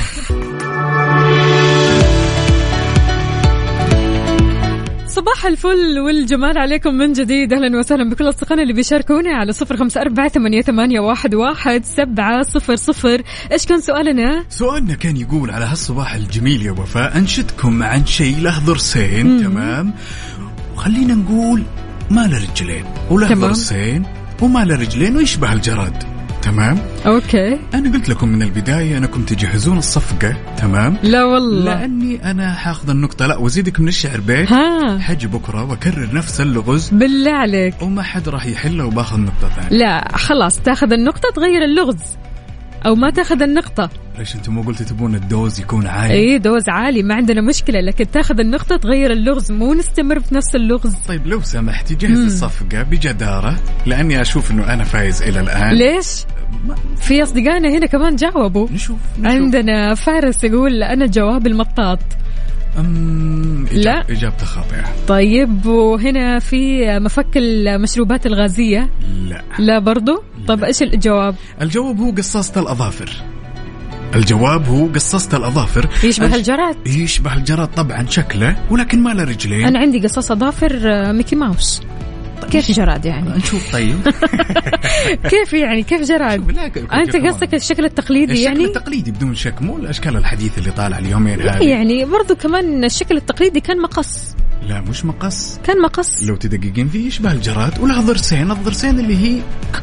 صباح الفل والجمال عليكم من جديد. أهلا وسهلا بكل أصدقائنا اللي بيشاركوني على صفر خمسة أربعة ثمانية ثمانية واحد واحد سبعة صفر صفر. إيش كان سؤالنا؟ سؤالنا كان يقول على هالصباح الجميل يا وفاء أنشدكم عن شيء له ضرسين. تمام، وخلينا نقول ما له رجلين وله ضرسين وما له رجلين ويشبه الجراد. تمام أوكي. أنا قلت لكم من البداية أنكم تجهزون الصفقة. تمام، لا والله لأني أنا حاخذ النقطة، لا وزيدك من الشعر بيت. ها حجي بكرة وكرر نفس اللغز بالله عليك، وما حد راح يحله وباخذ نقطة ثانية. لا خلاص تاخذ النقطة تغير اللغز أو ما تاخذ النقطة. ليش أنتم مو قلتوا تبون الدوز يكون عالي؟ إيه دوز عالي ما عندنا مشكلة، لكن تاخذ النقطة تغير اللغز، مو نستمر في نفس اللغز. طيب لو سمحتي جهز الصفقة بجدارة، لأني أشوف إنه أنا فايز إلى الآن. ليش؟ في أصدقائنا هنا كمان جاوبوا. نشوف, نشوف. عندنا فارس يقول أنا جواب المطاط. أم إجاب لا إجابته خاطئة. طيب وهنا في مفك المشروبات الغازية. لا لا برضو. طيب إيش الجواب؟ الجواب هو قصاصة الأظافر. الجواب هو قصاصة الأظافر. يشبه الجراد. يشبه الجراد طبعا شكله ولكن ما له رجلين. أنا عندي قصاص أظافر ميكي ماوس. كيف جراد يعني؟ نشوف طيب. كيف يعني كيف جراد؟ أنت قصدك الشكل التقليدي الشكل يعني؟ الشكل التقليدي بدون شك، مو الأشكال الحديثة اللي طالع اليومين هذه. يعني برضو كمان الشكل التقليدي كان مقص. لا مش مقص، كان مقص. لو تدققين فيه يشبه الجراد وله ضرسين، الضرسين اللي هي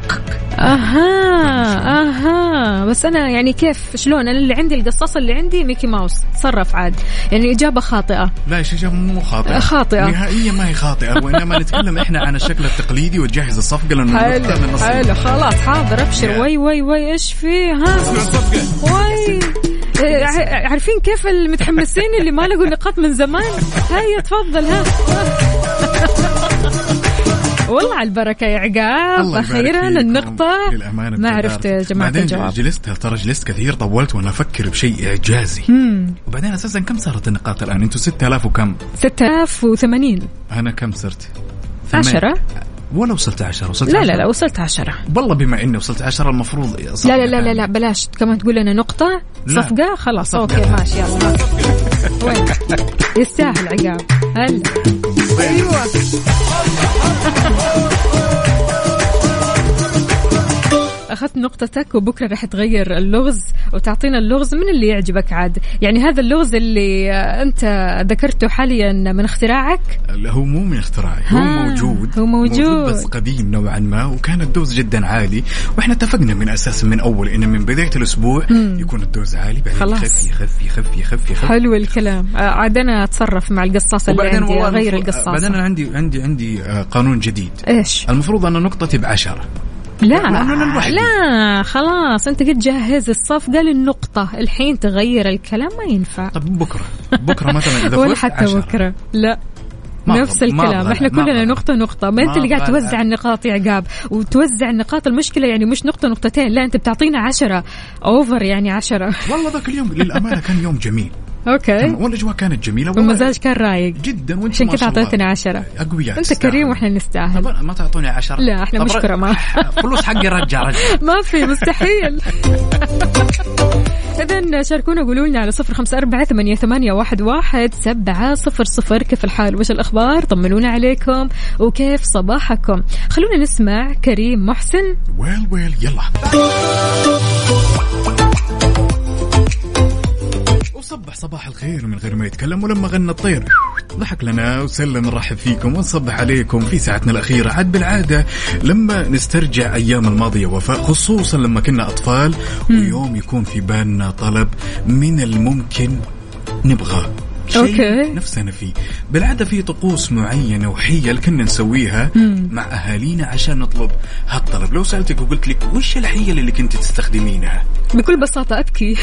اها اها. بس انا يعني كيف شلون انا اللي عندي القصاصه اللي عندي ميكي ماوس تصرف عاد، يعني اجابه خاطئه. لا يا إجابة مو خاطئه، خاطئه نهائيا ما هي خاطئه، وانما نتكلم احنا عن الشكل التقليدي وتجهز الصفقه لانه حلو حلو خلاص حاضر ابشر. وي وي وي ايش فيه ها وي عارفين كيف المتحمسين اللي ما لقوا نقاط من زمان. هيا تفضل ها. والله على البركة يا عقاب، أخيرا النقطة. ما عرفت يا جماعة الجواب. بعدين جلست ترى جلست كثير، طولت وأنا أفكر بشيء إعجازي. مم. وبعدين أساسا كم صارت النقاط الآن؟ أنتوا ستة آلاف وكم؟ ستة آلاف وثمانين. أنا كم صرت؟ عشرة. ولا وصلت عشرة؟ وصلت لا عشرة. لا لا وصلت عشرة. والله بما إني وصلت عشرة المفروض لا لا لا لا, لا بلاش كمان تقول لنا نقطة صفقة. خلاص صفقة. أوكي ماشي يلا. وين يستاهل عقاب. هلا أيوة. أخذت نقطتك وبكرة رح تغير اللغز وتعطينا اللغز من اللي يعجبك عاد. يعني هذا اللغز اللي أنت ذكرته حاليا من اختراعك؟ لا هو مو من اختراعي، هو موجود هو موجود. موجود بس قديم نوعا ما، وكان الدوز جدا عالي، واحنا اتفقنا من أساس من أول إن من بداية الأسبوع مم. يكون الدوز عالي، بعدين يخف يخف يخف يخف يخف. حلو الكلام. عاد أنا أتصرف مع القصاص اللي عندي، أغير القصاص. بعدين أنا عندي عندي عندي قانون جديد. إيش؟ المفروض أن نقطتي بعشرة. لا لا, لا خلاص أنت قد جهز الصف، قال النقطة الحين تغير الكلام ما ينفع. طب بكرة بكرة مثلا إذا ولا حتى عشرة. بكرة لا نفس الكلام، احنا كلنا نقطة نقطة. ما انت اللي قاعد توزع النقاط يا عقاب، وتوزع النقاط المشكلة يعني مش نقطة نقطتين، لا انت بتعطينا عشرة اوفر يعني عشرة. والله ذاك اليوم للأمانة كان يوم جميل. اوكي. والأجواء كانت جميلة والمزاج كان رايق جدا، وانت عشان كذا اعطيتنا عشرة. أقوياء. انت كريم واحنا نستاهل. ما تعطوني عشرة؟ لا احنا مشكرة ما فلوس حقي رجع رجع ما في مستحيل. إذن شاركونا قولوا لنا على صفر خمسة أربعة ثمانية ثمانية واحد واحد سبعة صفر صفر كيف الحال، وش الأخبار، طمنونا عليكم وكيف صباحكم. خلونا نسمع كريم محسن. ويل ويل يلا. وصبح صباح الخير من غير ما يتكلم، ولما غنى الطير ضحك لنا وسلم. نرحب فيكم ونصبح عليكم في ساعتنا الأخيرة. عاد بالعادة لما نسترجع أيام الماضية وفاء، خصوصا لما كنا أطفال ويوم يكون في بالنا طلب من الممكن نبغاه شيء نفسنا فيه، بالعادة في طقوس معينة وحيل كنا نسويها مم. مع أهالينا عشان نطلب هالطلب. لو سألتك وقلت لك وش الحيل اللي كنت تستخدمينها؟ بكل بساطة أبكي.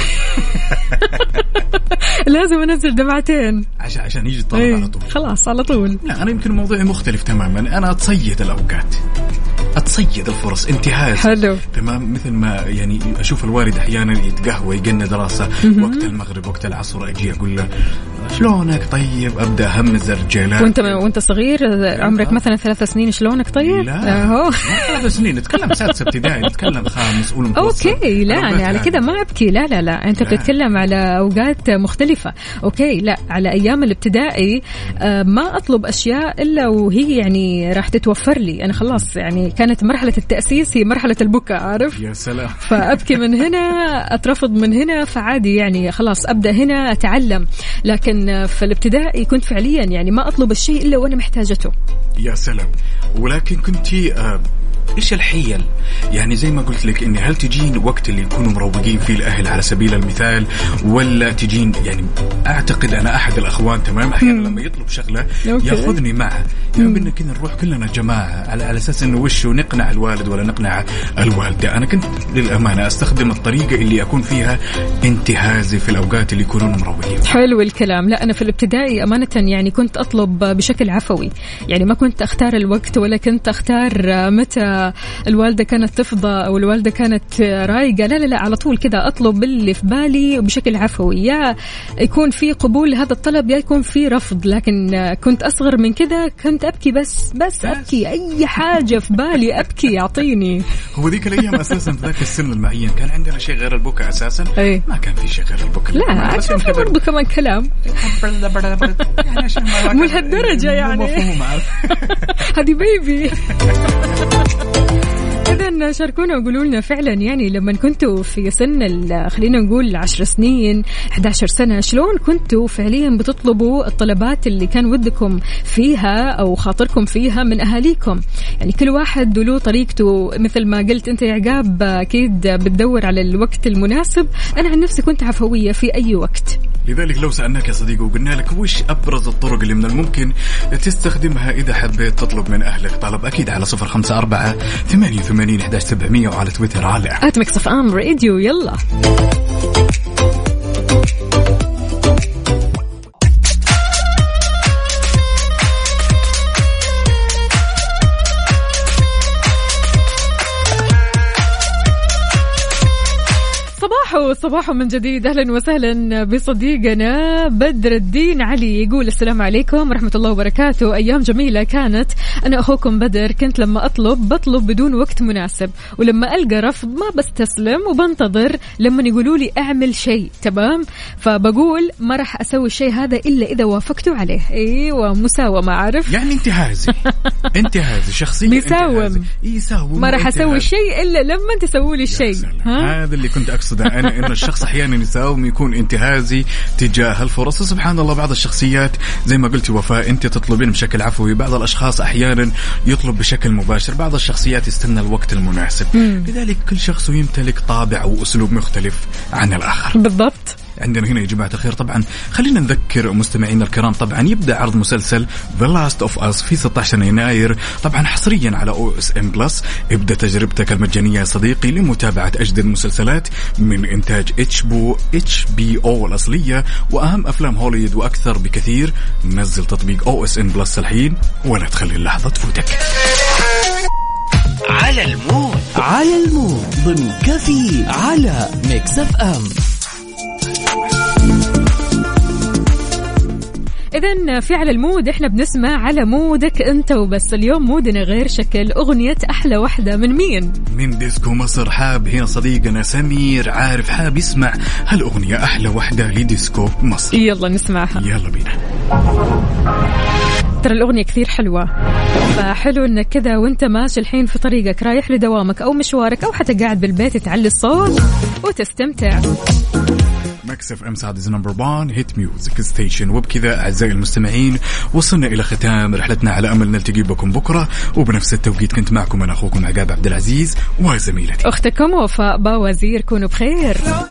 لازم أنزل دمعتين عشان عشان يجي الطلب ايه. على طول خلاص على طول. لا أنا يمكن موضوعي مختلف تماما، أنا أتصيد الأوقات، أتصيد الفرص، انتهاز. حلو. تمام. مثل ما يعني أشوف الوالد أحيانا يتقهوى يقند راسه وقت المغرب وقت العصر، أجي أقول له شلونك طيب، أبدأ همز رجالات. وانت وانت صغير عمرك مثلا ثلاث سنين شلونك طيب؟ لا هو ثلاث سنين، نتكلم سادس ابتدائي، نتكلم خامس أول متوسط. اوكي لا أنا على كده ما أبكي، لا لا لا أنت لا. بتتكلم على أوقات مختلفة. اوكي لا على أيام الابتدائي ما أطلب أشياء إلا وهي يعني راح تتوفر لي أنا، خلاص يعني كانت مرحلة التأسيس هي مرحلة البكاء، عارف؟ يا سلام. فأبكي من هنا أترفض من هنا، فعادي يعني خلاص أبدأ هنا أتعلم. لكن في الابتدائي كنت فعليا يعني ما أطلب الشيء إلا وأنا محتاجته. يا سلام. ولكن كنتي آه إيش الحيل؟ يعني زي ما قلت لك إني هل تجين وقت اللي يكونوا مروقين فيه الأهل على سبيل المثال، ولا تجين يعني أعتقد أنا أحد الأخوان تمام أحيانا لما يطلب شغلة يأخذني معه، يعني بدنا كنا نروح كلنا جماعة على على أساس إنه وش نقنع الوالد ولا نقنع الوالدة. أنا كنت للأمانة أستخدم الطريقة اللي أكون فيها انتهازي في الأوقات اللي يكونون مروقين. حلو الكلام. لا أنا في الابتدائي أمانة يعني كنت أطلب بشكل عفوي، يعني ما كنت أختار الوقت ولا كنت أختار متى الوالدة كانت تفضى أو الوالدة كانت رايقة، لا لا لا على طول كده أطلب اللي في بالي بشكل عفوي، يا يكون في قبول لهذا الطلب يا يكون في رفض. لكن كنت أصغر من كده كنت أبكي، بس بس أبكي أي حاجة في بالي أبكي يعطيني. هو ذيك الأيام أساسا في ذاك السن المعين كان عندنا شيء غير البكاء أساسا. أي. ما كان في شيء غير البكاء. لا عشان في برضو كمان كلام مو لهالدرجة يعني هذه بيبي. إذن شاركونا وقولوا لنا فعلا يعني لما كنتوا في سن خلينا نقول عشر سنين إحدى عشرة سنة شلون كنتوا فعليا بتطلبوا الطلبات اللي كان ودكم فيها أو خاطركم فيها من أهاليكم. يعني كل واحد له طريقته، مثل ما قلت أنت يا عقاب أكيد بتدور على الوقت المناسب. أنا عن نفسي كنت عفوية في أي وقت. لذلك لو سألناك يا صديقي وقلنا لك وش أبرز الطرق اللي من الممكن تستخدمها إذا حبيت تطلب من أهلك طلب، أكيد على صفر خمسة أربعة ثمانية ثمانين إحدى عشر سبعمية وعلى تويتر على آت ميكس إف إم راديو. يلا والصباح من جديد. أهلا وسهلا بصديقنا بدر الدين علي، يقول السلام عليكم ورحمة الله وبركاته. أيام جميلة كانت. أنا أخوكم بدر، كنت لما أطلب بطلب بدون وقت مناسب، ولما ألقى رفض ما بستسلم وبنتظر لما يقولوا لي أعمل شيء. تمام، فبقول ما راح أسوي الشيء هذا إلا إذا وافقتوا عليه. أيوة، مساومة، عارف يعني انتهازي انتهازي شخصيا بيساوم يساوم ما راح أسوي شيء إلا لما تسوي لي الشيء. هذا اللي كنت أقصده أنا، إن الشخص أحيانا يساوم، يكون انتهازي تجاه الفرص. وسبحان الله بعض الشخصيات زي ما قلت وفاء أنت تطلبين بشكل عفوي، بعض الأشخاص أحيانا يطلب بشكل مباشر، بعض الشخصيات يستنى الوقت المناسب. مم. لذلك كل شخص يمتلك طابع وأسلوب مختلف عن الآخر. بالضبط. عندنا هنا يا جماعة الخير طبعا خلينا نذكر مستمعينا الكرام، طبعا يبدأ عرض مسلسل The Last of Us في ستة عشر يناير طبعا حصريا على أو إس إم بلس. ابدأ تجربتك المجانية يا صديقي لمتابعة أجدد المسلسلات من إنتاج اتش بي او الأصلية وأهم أفلام هوليوود وأكثر بكثير. نزل تطبيق أو إس إم بلس الحين ولا تخلي اللحظة تفوتك. على المود على المود ضمن كافيين على ميكس اف ام. إذن في على المود إحنا بنسمع على مودك أنت وبس. اليوم مودنا غير شكل. أغنية أحلى وحدة من مين؟ من ديسكو مصر. حاب هنا صديقنا سمير عارف حاب يسمع هالأغنية أحلى وحدة لديسكو مصر. يلا نسمعها، يلا بينا. ترى الأغنية كثير حلوة، فحلو إنك كذا وإنت ماشي الحين في طريقك رايح لدوامك أو مشوارك أو حتى قاعد بالبيت تعلي الصوت وتستمتع. ميكس اف ام سعد نمبر وان هيت ميوزك ستيشن. وبكذا اعزائي المستمعين وصلنا الى ختام رحلتنا، على امل نلتقي بكم بكره وبنفس التوقيت. كنت معكم انا اخوكم عقاب عبد العزيز وزميلتي اختكم وفاء باوزير. كونوا بخير.